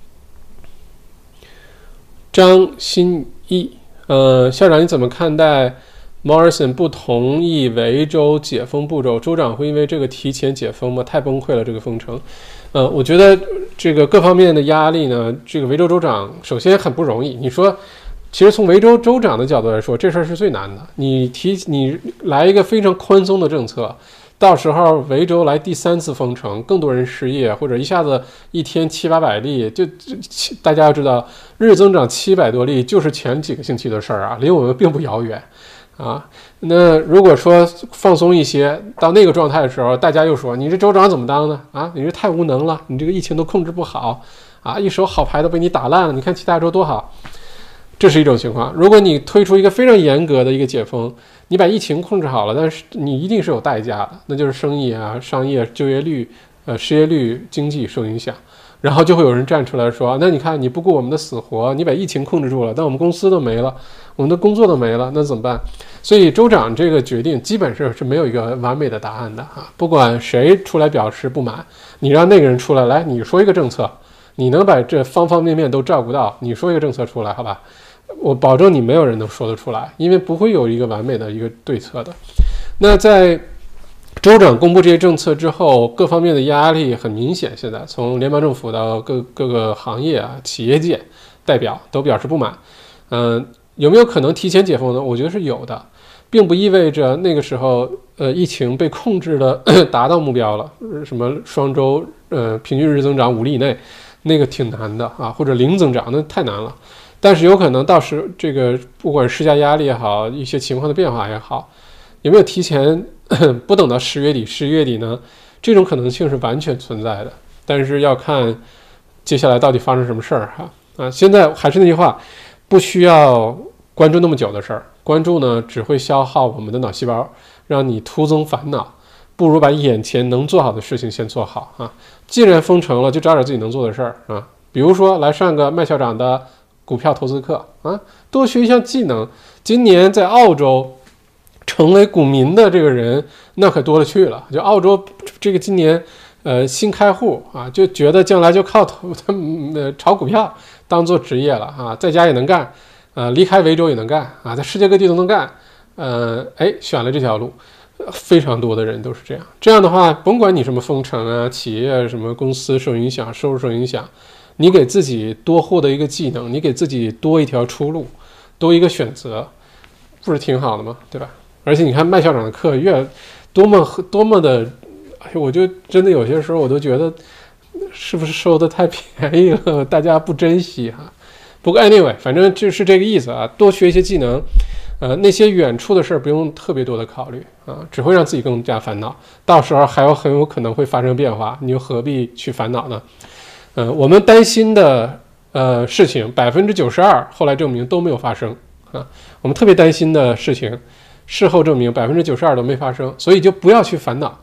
张新一，呃，校长你怎么看待 Morrison 不同意维州解封步骤？州长会因为这个提前解封吗？太崩溃了这个封城。呃，我觉得这个各方面的压力呢，这个维州州长首先很不容易。你说。其实从维州州长的角度来说，这事儿是最难的。你提你来一个非常宽松的政策，到时候维州来第三次封城，更多人失业，或者一下子一天七八百例，就大家要知道，日增长七百多例就是前几个星期的事儿啊，离我们并不遥远啊。那如果说放松一些，到那个状态的时候，大家又说你这州长怎么当的啊？你这太无能了，你这个疫情都控制不好啊，一手好牌都被你打烂了。你看其他州多好。这是一种情况。如果你推出一个非常严格的一个解封，你把疫情控制好了，但是你一定是有代价的，那就是生意啊、商业、就业率、呃、失业率、经济受影响。然后就会有人站出来说，那你看你不顾我们的死活，你把疫情控制住了，但我们公司都没了，我们的工作都没了，那怎么办？所以州长这个决定基本上是没有一个完美的答案的哈。不管谁出来表示不满，你让那个人出来，来你说一个政策，你能把这方方面面都照顾到，你说一个政策出来，好吧？我保证你没有人能说得出来，因为不会有一个完美的一个对策的。那在州长公布这些政策之后，各方面的压力很明显，现在从联邦政府到各各个行业啊、企业界代表都表示不满。嗯、呃，有没有可能提前解封呢？我觉得是有的，并不意味着那个时候呃疫情被控制的达到目标了，什么双周呃平均日增长五例以内，那个挺难的啊，或者零增长那太难了。但是有可能到时这个不管施加压力也好，一些情况的变化也好，有没有提前不等到十月底？十月底呢？这种可能性是完全存在的，但是要看接下来到底发生什么事儿哈啊！现在还是那句话，不需要关注那么久的事儿，关注呢只会消耗我们的脑细胞，让你徒增烦恼。不如把眼前能做好的事情先做好啊！既然封城了，就找点自己能做的事儿啊，比如说来上个麦校长的股票投资课啊，多学一项技能。今年在澳洲成为股民的这个人那可多了去了，就澳洲这个今年呃新开户啊，就觉得将来就靠投呃炒股票当做职业了啊，在家也能干，呃离开维州也能干啊，在世界各地都能干，呃哎选了这条路。非常多的人都是这样，这样的话，甭管你什么封城啊，企业什么公司受影响，收入受影响，你给自己多获得一个技能，你给自己多一条出路，多一个选择，不是挺好的吗？对吧？而且你看麦校长的课越多么多么的，哎，我就真的有些时候我都觉得，是不是收的太便宜了，大家不珍惜哈。不过 anyway， 反正就是这个意思啊，多学一些技能。呃，那些远处的事儿不用特别多的考虑啊，只会让自己更加烦恼。到时候还有很有可能会发生变化，你又何必去烦恼呢？呃，我们担心的呃事情，百分之九十二后来证明都没有发生啊。我们特别担心的事情，事后证明百分之九十二都没发生，所以就不要去烦恼，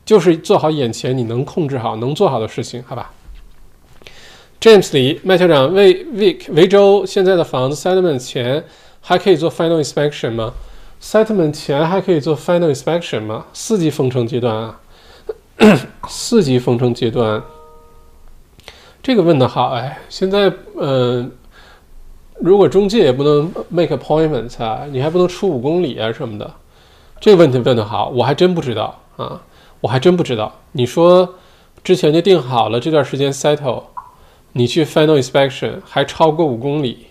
就是做好眼前你能控制好、能做好的事情，好吧 ？James 李麦校长，为 Vic 维州现在的房子 settlement 前还可以做 final inspection 吗 ？settlement 前还可以做 final inspection 吗？四级封城阶段啊，四级封城阶段，这个问得好哎，现在嗯。呃如果中介也不能 make appointments 啊，你还不能出五公里啊什么的，这个问题问得好，我还真不知道啊，我还真不知道。你说之前就定好了这段时间 settle， 你去 final inspection 还超过五公里，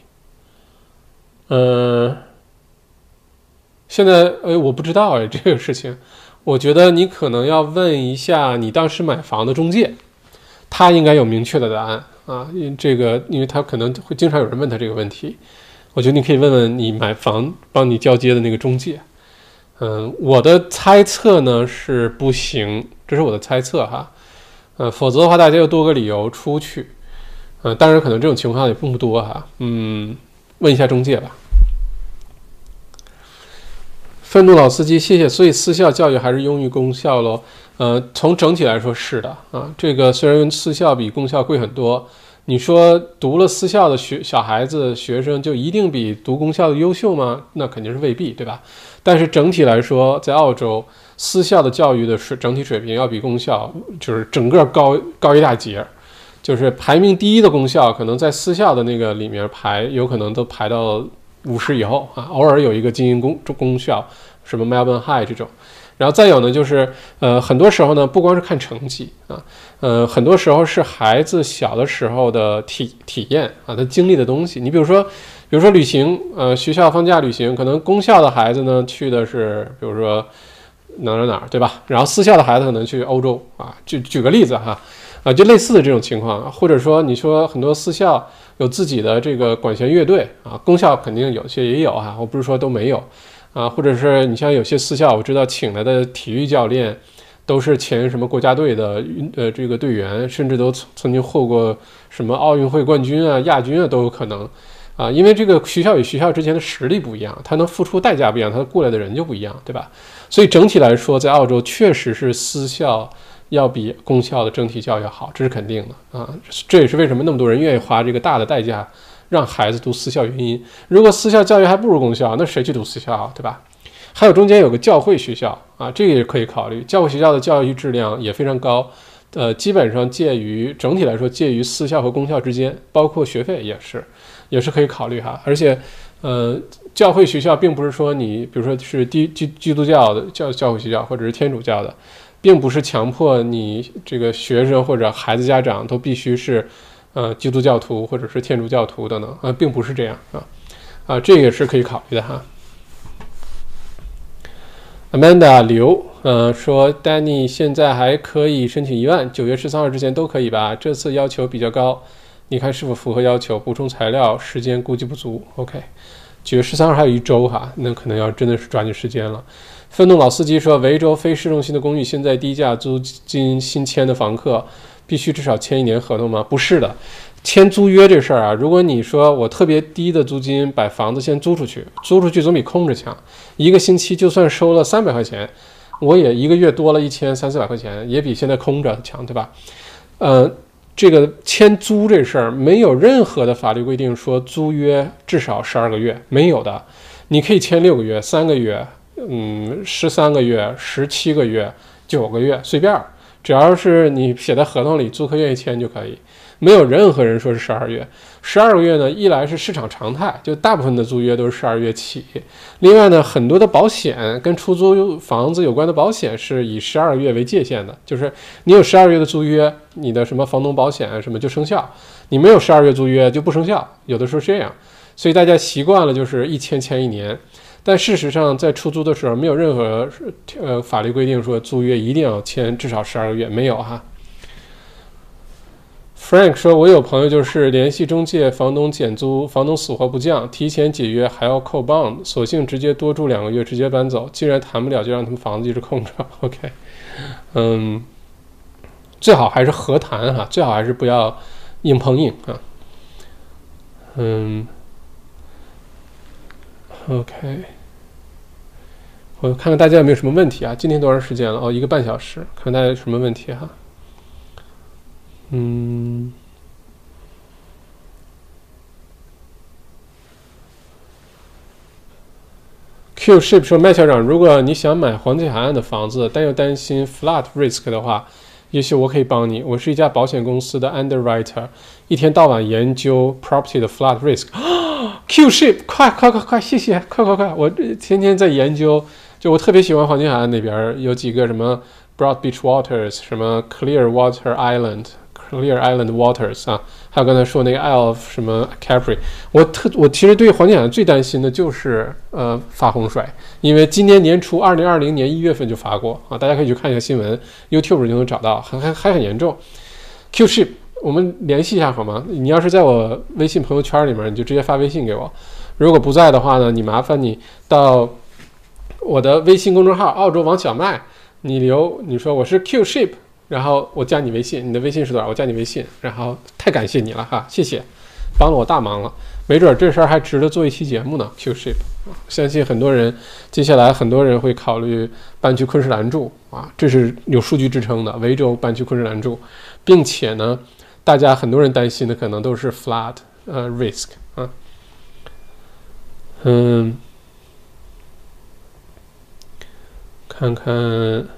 嗯、呃，现在呃我不知道哎这个事情，我觉得你可能要问一下你当时买房的中介，他应该有明确的答案。啊，这个，因为他可能会经常有人问他这个问题，我觉得你可以问问你买房帮你交接的那个中介。嗯，我的猜测呢是不行，这是我的猜测哈。呃，否则的话大家又多个理由出去。呃，当然可能这种情况也并不多哈。嗯，问一下中介吧。愤怒老司机，谢谢。所以私校教育还是优于公校咯。呃，从整体来说是的啊，这个虽然私校比公校贵很多，你说读了私校的学小孩子学生就一定比读公校的优秀吗？那肯定是未必，对吧？但是整体来说，在澳洲私校的教育的水整体水平要比公校就是整个高高一大截，就是排名第一的公校可能在私校的那个里面排，有可能都排到五十以后啊，偶尔有一个精英公公校，什么 Melbourne High 这种。然后再有呢，就是呃，很多时候呢，不光是看成绩啊，呃，很多时候是孩子小的时候的体体验啊，他经历的东西。你比如说，比如说旅行，呃，学校放假旅行，可能公校的孩子呢去的是，比如说哪儿哪儿，对吧？然后私校的孩子可能去欧洲啊，就举个例子哈，啊，就类似的这种情况，或者说你说很多私校有自己的这个管弦乐队啊，公校肯定有些也有哈，我不是说都没有。啊，或者是你像有些私校，我知道请来的体育教练都是前什么国家队的呃这个队员，甚至都曾经获过什么奥运会冠军啊、亚军啊都有可能啊，因为这个学校与学校之间的实力不一样，它能付出代价不一样，它过来的人就不一样，对吧？所以整体来说，在澳洲确实是私校要比公校的整体教育好，这是肯定的啊，这也是为什么那么多人愿意花这个大的代价。让孩子读私校原因，如果私校教育还不如公校，那谁去读私校，对吧？还有中间有个教会学校啊，这个也可以考虑。教会学校的教育质量也非常高，呃，基本上介于整体来说介于私校和公校之间，包括学费也是，也是可以考虑哈。而且，呃，教会学校并不是说你，比如说是基基基督教的教教会学校，或者是天主教的，并不是强迫你这个学生或者孩子家长都必须是。呃，基督教徒或者是天主教徒等等啊、呃，并不是这样啊，啊，这也是可以考虑的哈。Amanda 刘呃说 ，Danny 现在还可以申请一万，九月十三号之前都可以吧？这次要求比较高，你看是否符合要求？补充材料时间估计不足。OK， 九月十三号还有一周哈，那可能要真的是抓紧时间了。愤怒老司机说，维州非市中心的公寓现在低价租金新签的房客。必须至少签一年合同吗？不是的，签租约这事儿啊，如果你说我特别低的租金把房子先租出去，租出去总比空着强。一个星期就算收了三百块钱，我也一个月多了一千三四百块钱，也比现在空着强，对吧？呃，这个签租这事儿没有任何的法律规定说租约至少十二个月，没有的。你可以签六个月、三个月、嗯，十三个月、十七个月、九个月，随便。只要是你写在合同里，租客愿意签就可以，没有任何人说是十二月。十二个月呢，一来是市场常态，就大部分的租约都是十二月起。另外呢，很多的保险跟出租房子有关的保险是以十二个月为界限的，就是你有十二月的租约，你的什么房东保险啊什么就生效；你没有十二月租约就不生效，有的时候是这样。所以大家习惯了就是一签签一年。但事实上，在出租的时候，没有任何呃法律规定说租约一定要签至少十二个月，没有哈。Frank 说：“我有朋友就是联系中介，房东减租，房东死活不降，提前解约还要扣 bond， 索性直接多住两个月，直接搬走。既然谈不了，就让他们房子一直空着。OK， 嗯，最好还是和谈哈，最好还是不要硬碰硬啊。嗯 ，OK。” 我看看大家有没有什么问题啊？今天多长时间了？哦，一个半小时，看大家有什么问题哈。嗯。Q Ship 说，麦校长，如果你想买黄金海岸的房子，但又担心 flood risk 的话，也许我可以帮你。我是一家保险公司的 underwriter， 一天到晚研究 property 的 flood risk。Q Ship， 快快快快，谢谢，快快快！我天天在研究，就我特别喜欢黄金海岸那边有几个什么 Broad Beach Waters， 什么 Clear Water Island。Clear Island Waters 啊，还有刚才说那个 Isle of 什么 Capri， 我特我其实对黄金海岸最担心的就是呃发洪水，因为今年年初二零二零年一月份就发过啊，大家可以去看一下新闻 ，YouTube 就能找到，还还还很严重。Q Ship， 我们联系一下好吗？你要是在我微信朋友圈里面，你就直接发微信给我；如果不在的话呢，你麻烦你到我的微信公众号澳洲王小麦，你留你说我是 Q Ship。然后我加你微信，你的微信是多少？我加你微信，然后太感谢你了哈，谢谢，帮了我大忙了，没准这事儿还值得做一期节目呢。Q Ship， 相信很多人，接下来很多人会考虑搬去昆士兰住啊，这是有数据支撑的，维州搬去昆士兰住，并且呢，大家很多人担心的可能都是 flood 呃 risk 啊，嗯，看看。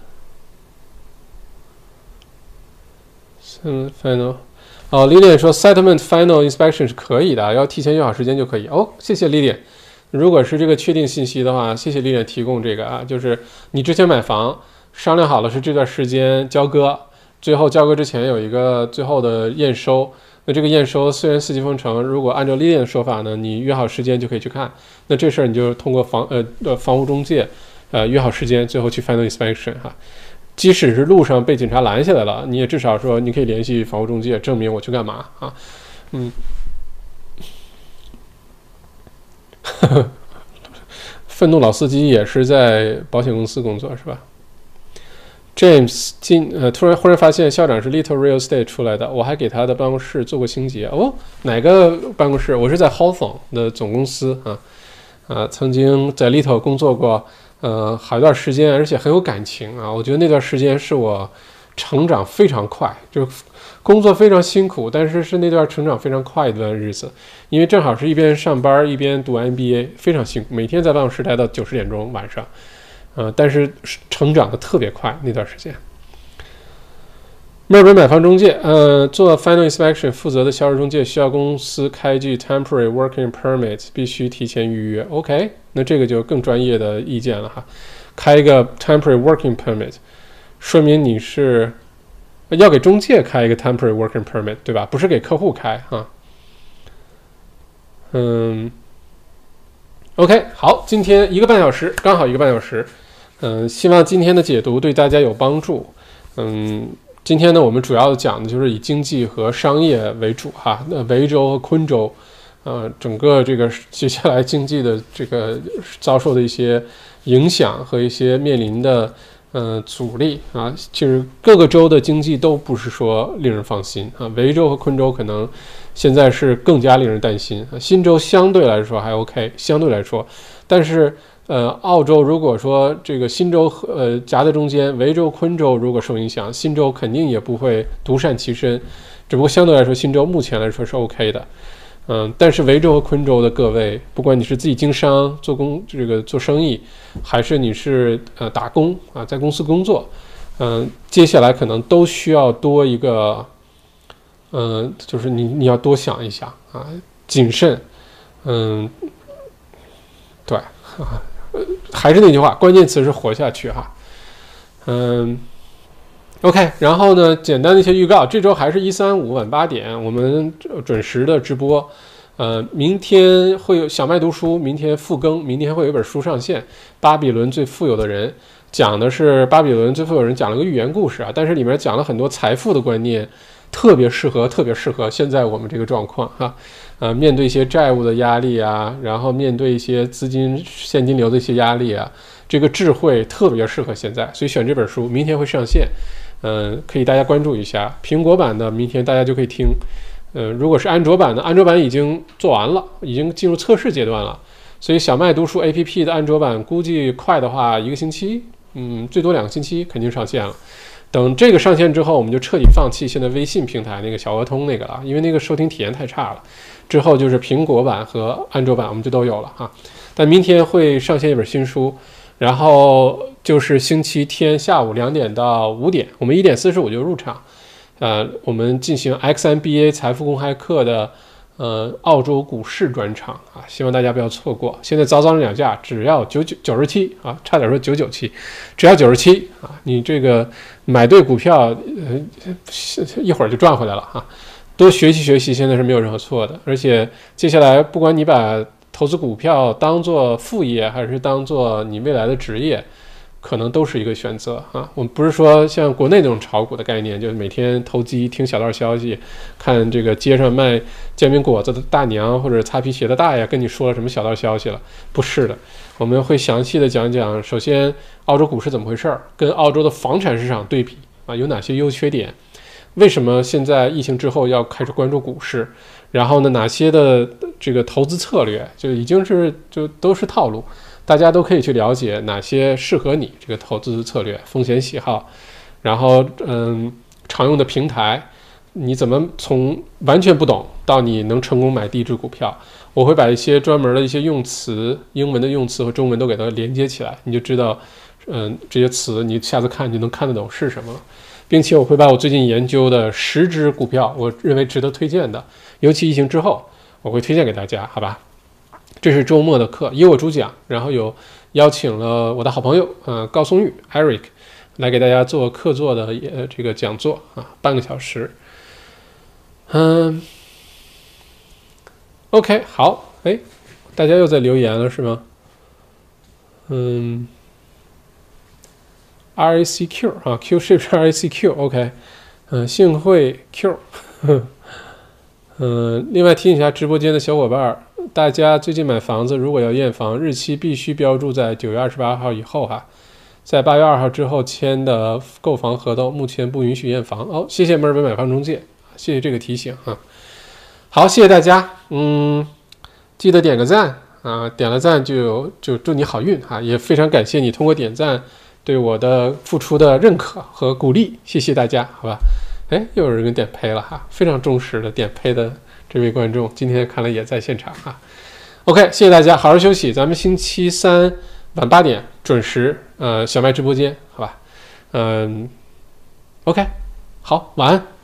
嗯 ，final， 哦 ，Lilian 说 settlement final inspection 是可以的，要提前约好时间就可以。哦，谢谢 Lilian。如果是这个确定信息的话，谢谢 Lilian 提供这个啊，就是你之前买房商量好了是这段时间交割，最后交割之前有一个最后的验收。那这个验收虽然四级封城，如果按照 Lilian 的说法呢，你约好时间就可以去看。那这事儿你就通过房呃呃房屋中介呃约好时间，最后去 final inspection 哈。即使是路上被警察拦下来了，你也至少说你可以联系房屋中介，证明我去干嘛啊？嗯，愤怒老司机也是在保险公司工作是吧 ？James 今呃突然忽然发现校长是 Little Real Estate 出来的，我还给他的办公室做过清洁哦。哪个办公室？我是在 Hawthorne 的总公司啊啊，曾经在 Little 工作过。呃，好一段时间，而且很有感情啊！我觉得那段时间是我成长非常快，就工作非常辛苦，但是是那段成长非常快的一段日子，因为正好是一边上班一边读 M B A， 非常辛苦，每天在办公室待到九十点钟晚上，呃，但是成长的特别快那段时间。墨尔本买房中介，呃，做 final inspection 负责的销售中介需要公司开具 temporary working permit， 必须提前预约。OK， 那这个就更专业的意见了哈。开一个 temporary working permit， 说明你是要给中介开一个 temporary working permit， 对吧？不是给客户开哈。嗯 ，OK， 好，今天一个半小时，刚好一个半小时。嗯，希望今天的解读对大家有帮助。嗯。今天呢，我们主要讲的就是以经济和商业为主哈。那维州和昆州，呃，整个这个接下来经济的这个遭受的一些影响和一些面临的呃阻力啊，其实各个州的经济都不是说令人放心啊。维州和昆州可能现在是更加令人担心啊。新州相对来说还 OK， 相对来说，但是。呃，澳洲如果说这个新州呃夹在中间，维州、昆州如果受影响，新州肯定也不会独善其身，只不过相对来说，新州目前来说是 OK 的，嗯、呃，但是维州和昆州的各位，不管你是自己经商、做工这个做生意，还是你是呃打工啊，在公司工作，嗯、呃，接下来可能都需要多一个，嗯、呃，就是你你要多想一想啊，谨慎，嗯，对啊。还是那句话，关键词是活下去哈。嗯 ，OK， 然后呢，简单的一些预告，这周还是一三五晚八点，我们准时的直播。呃，明天会有小麦读书，明天复更，明天会有一本书上线，《巴比伦最富有的人》，讲的是巴比伦最富有人讲了个寓言故事啊，但是里面讲了很多财富的观念，特别适合，特别适合现在我们这个状况哈。呃，面对一些债务的压力啊，然后面对一些资金现金流的一些压力啊，这个智慧特别适合现在，所以选这本书，明天会上线，嗯、呃，可以大家关注一下。苹果版的明天大家就可以听，呃，如果是安卓版的，安卓版已经做完了，已经进入测试阶段了， 所以小麦读书 A P P 的安卓版估计快的话一个星期，嗯，最多两个星期肯定上线了。等这个上线之后，我们就彻底放弃现在微信平台那个小鹅通那个了，因为那个收听体验太差了。之后就是苹果版和安卓版我们就都有了哈。但明天会上线一本新书，然后就是星期天下午两点到五点，我们一点四十五就入场，呃，我们进行 X M B A 财富公开课的呃澳洲股市专场啊，希望大家不要错过。现在早早两价只要九九九十七啊，差点说九九七，只要九十七啊，你这个买对股票，呃，一会儿就赚回来了哈。多学习学习，现在是没有任何错的。而且接下来，不管你把投资股票当做副业，还是当做你未来的职业，可能都是一个选择啊。我们不是说像国内那种炒股的概念，就是每天投机听小道消息，看这个街上卖煎饼果子的大娘或者擦皮鞋的大爷跟你说了什么小道消息了，不是的。我们会详细的讲讲，首先澳洲股市怎么回事，跟澳洲的房产市场对比啊，有哪些优缺点。为什么现在疫情之后要开始关注股市？然后呢，哪些的这个投资策略就已经是就都是套路，大家都可以去了解哪些适合你这个投资策略、风险喜好，然后嗯，常用的平台，你怎么从完全不懂到你能成功买第一只股票？我会把一些专门的一些用词，英文的用词和中文都给它连接起来，你就知道，嗯，这些词你下次看你就能看得懂是什么了。并且我会把我最近研究的十只股票，我认为值得推荐的，尤其疫情之后，我会推荐给大家，好吧？这是周末的课，以我主讲，然后有邀请了我的好朋友，呃，高松玉 Eric 来给大家做客座的呃这个讲座啊，半个小时。嗯 ，OK， 好，哎，大家又在留言了是吗？嗯。R A C Q 啊 ，Q 是不是 R A C Q？OK， 嗯，幸会 Q， 嗯，另外提醒一下直播间的小伙伴，大家最近买房子如果要验房，日期必须标注在九月二十八号以后哈，在八月二号之后签的购房合同，目前不允许验房。哦，谢谢墨尔本买房中介，谢谢这个提醒哈。好，谢谢大家，嗯，记得点个赞啊，点了赞就就祝你好运哈，也非常感谢你通过点赞对我的付出的认可和鼓励，谢谢大家，好吧？哎，又有人给点呸了哈，非常忠实的点呸的这位观众，今天看来也在现场哈。OK， 谢谢大家，好好休息，咱们星期三晚八点准时，呃，小麦直播间，好吧？嗯 ，OK， 好，晚安。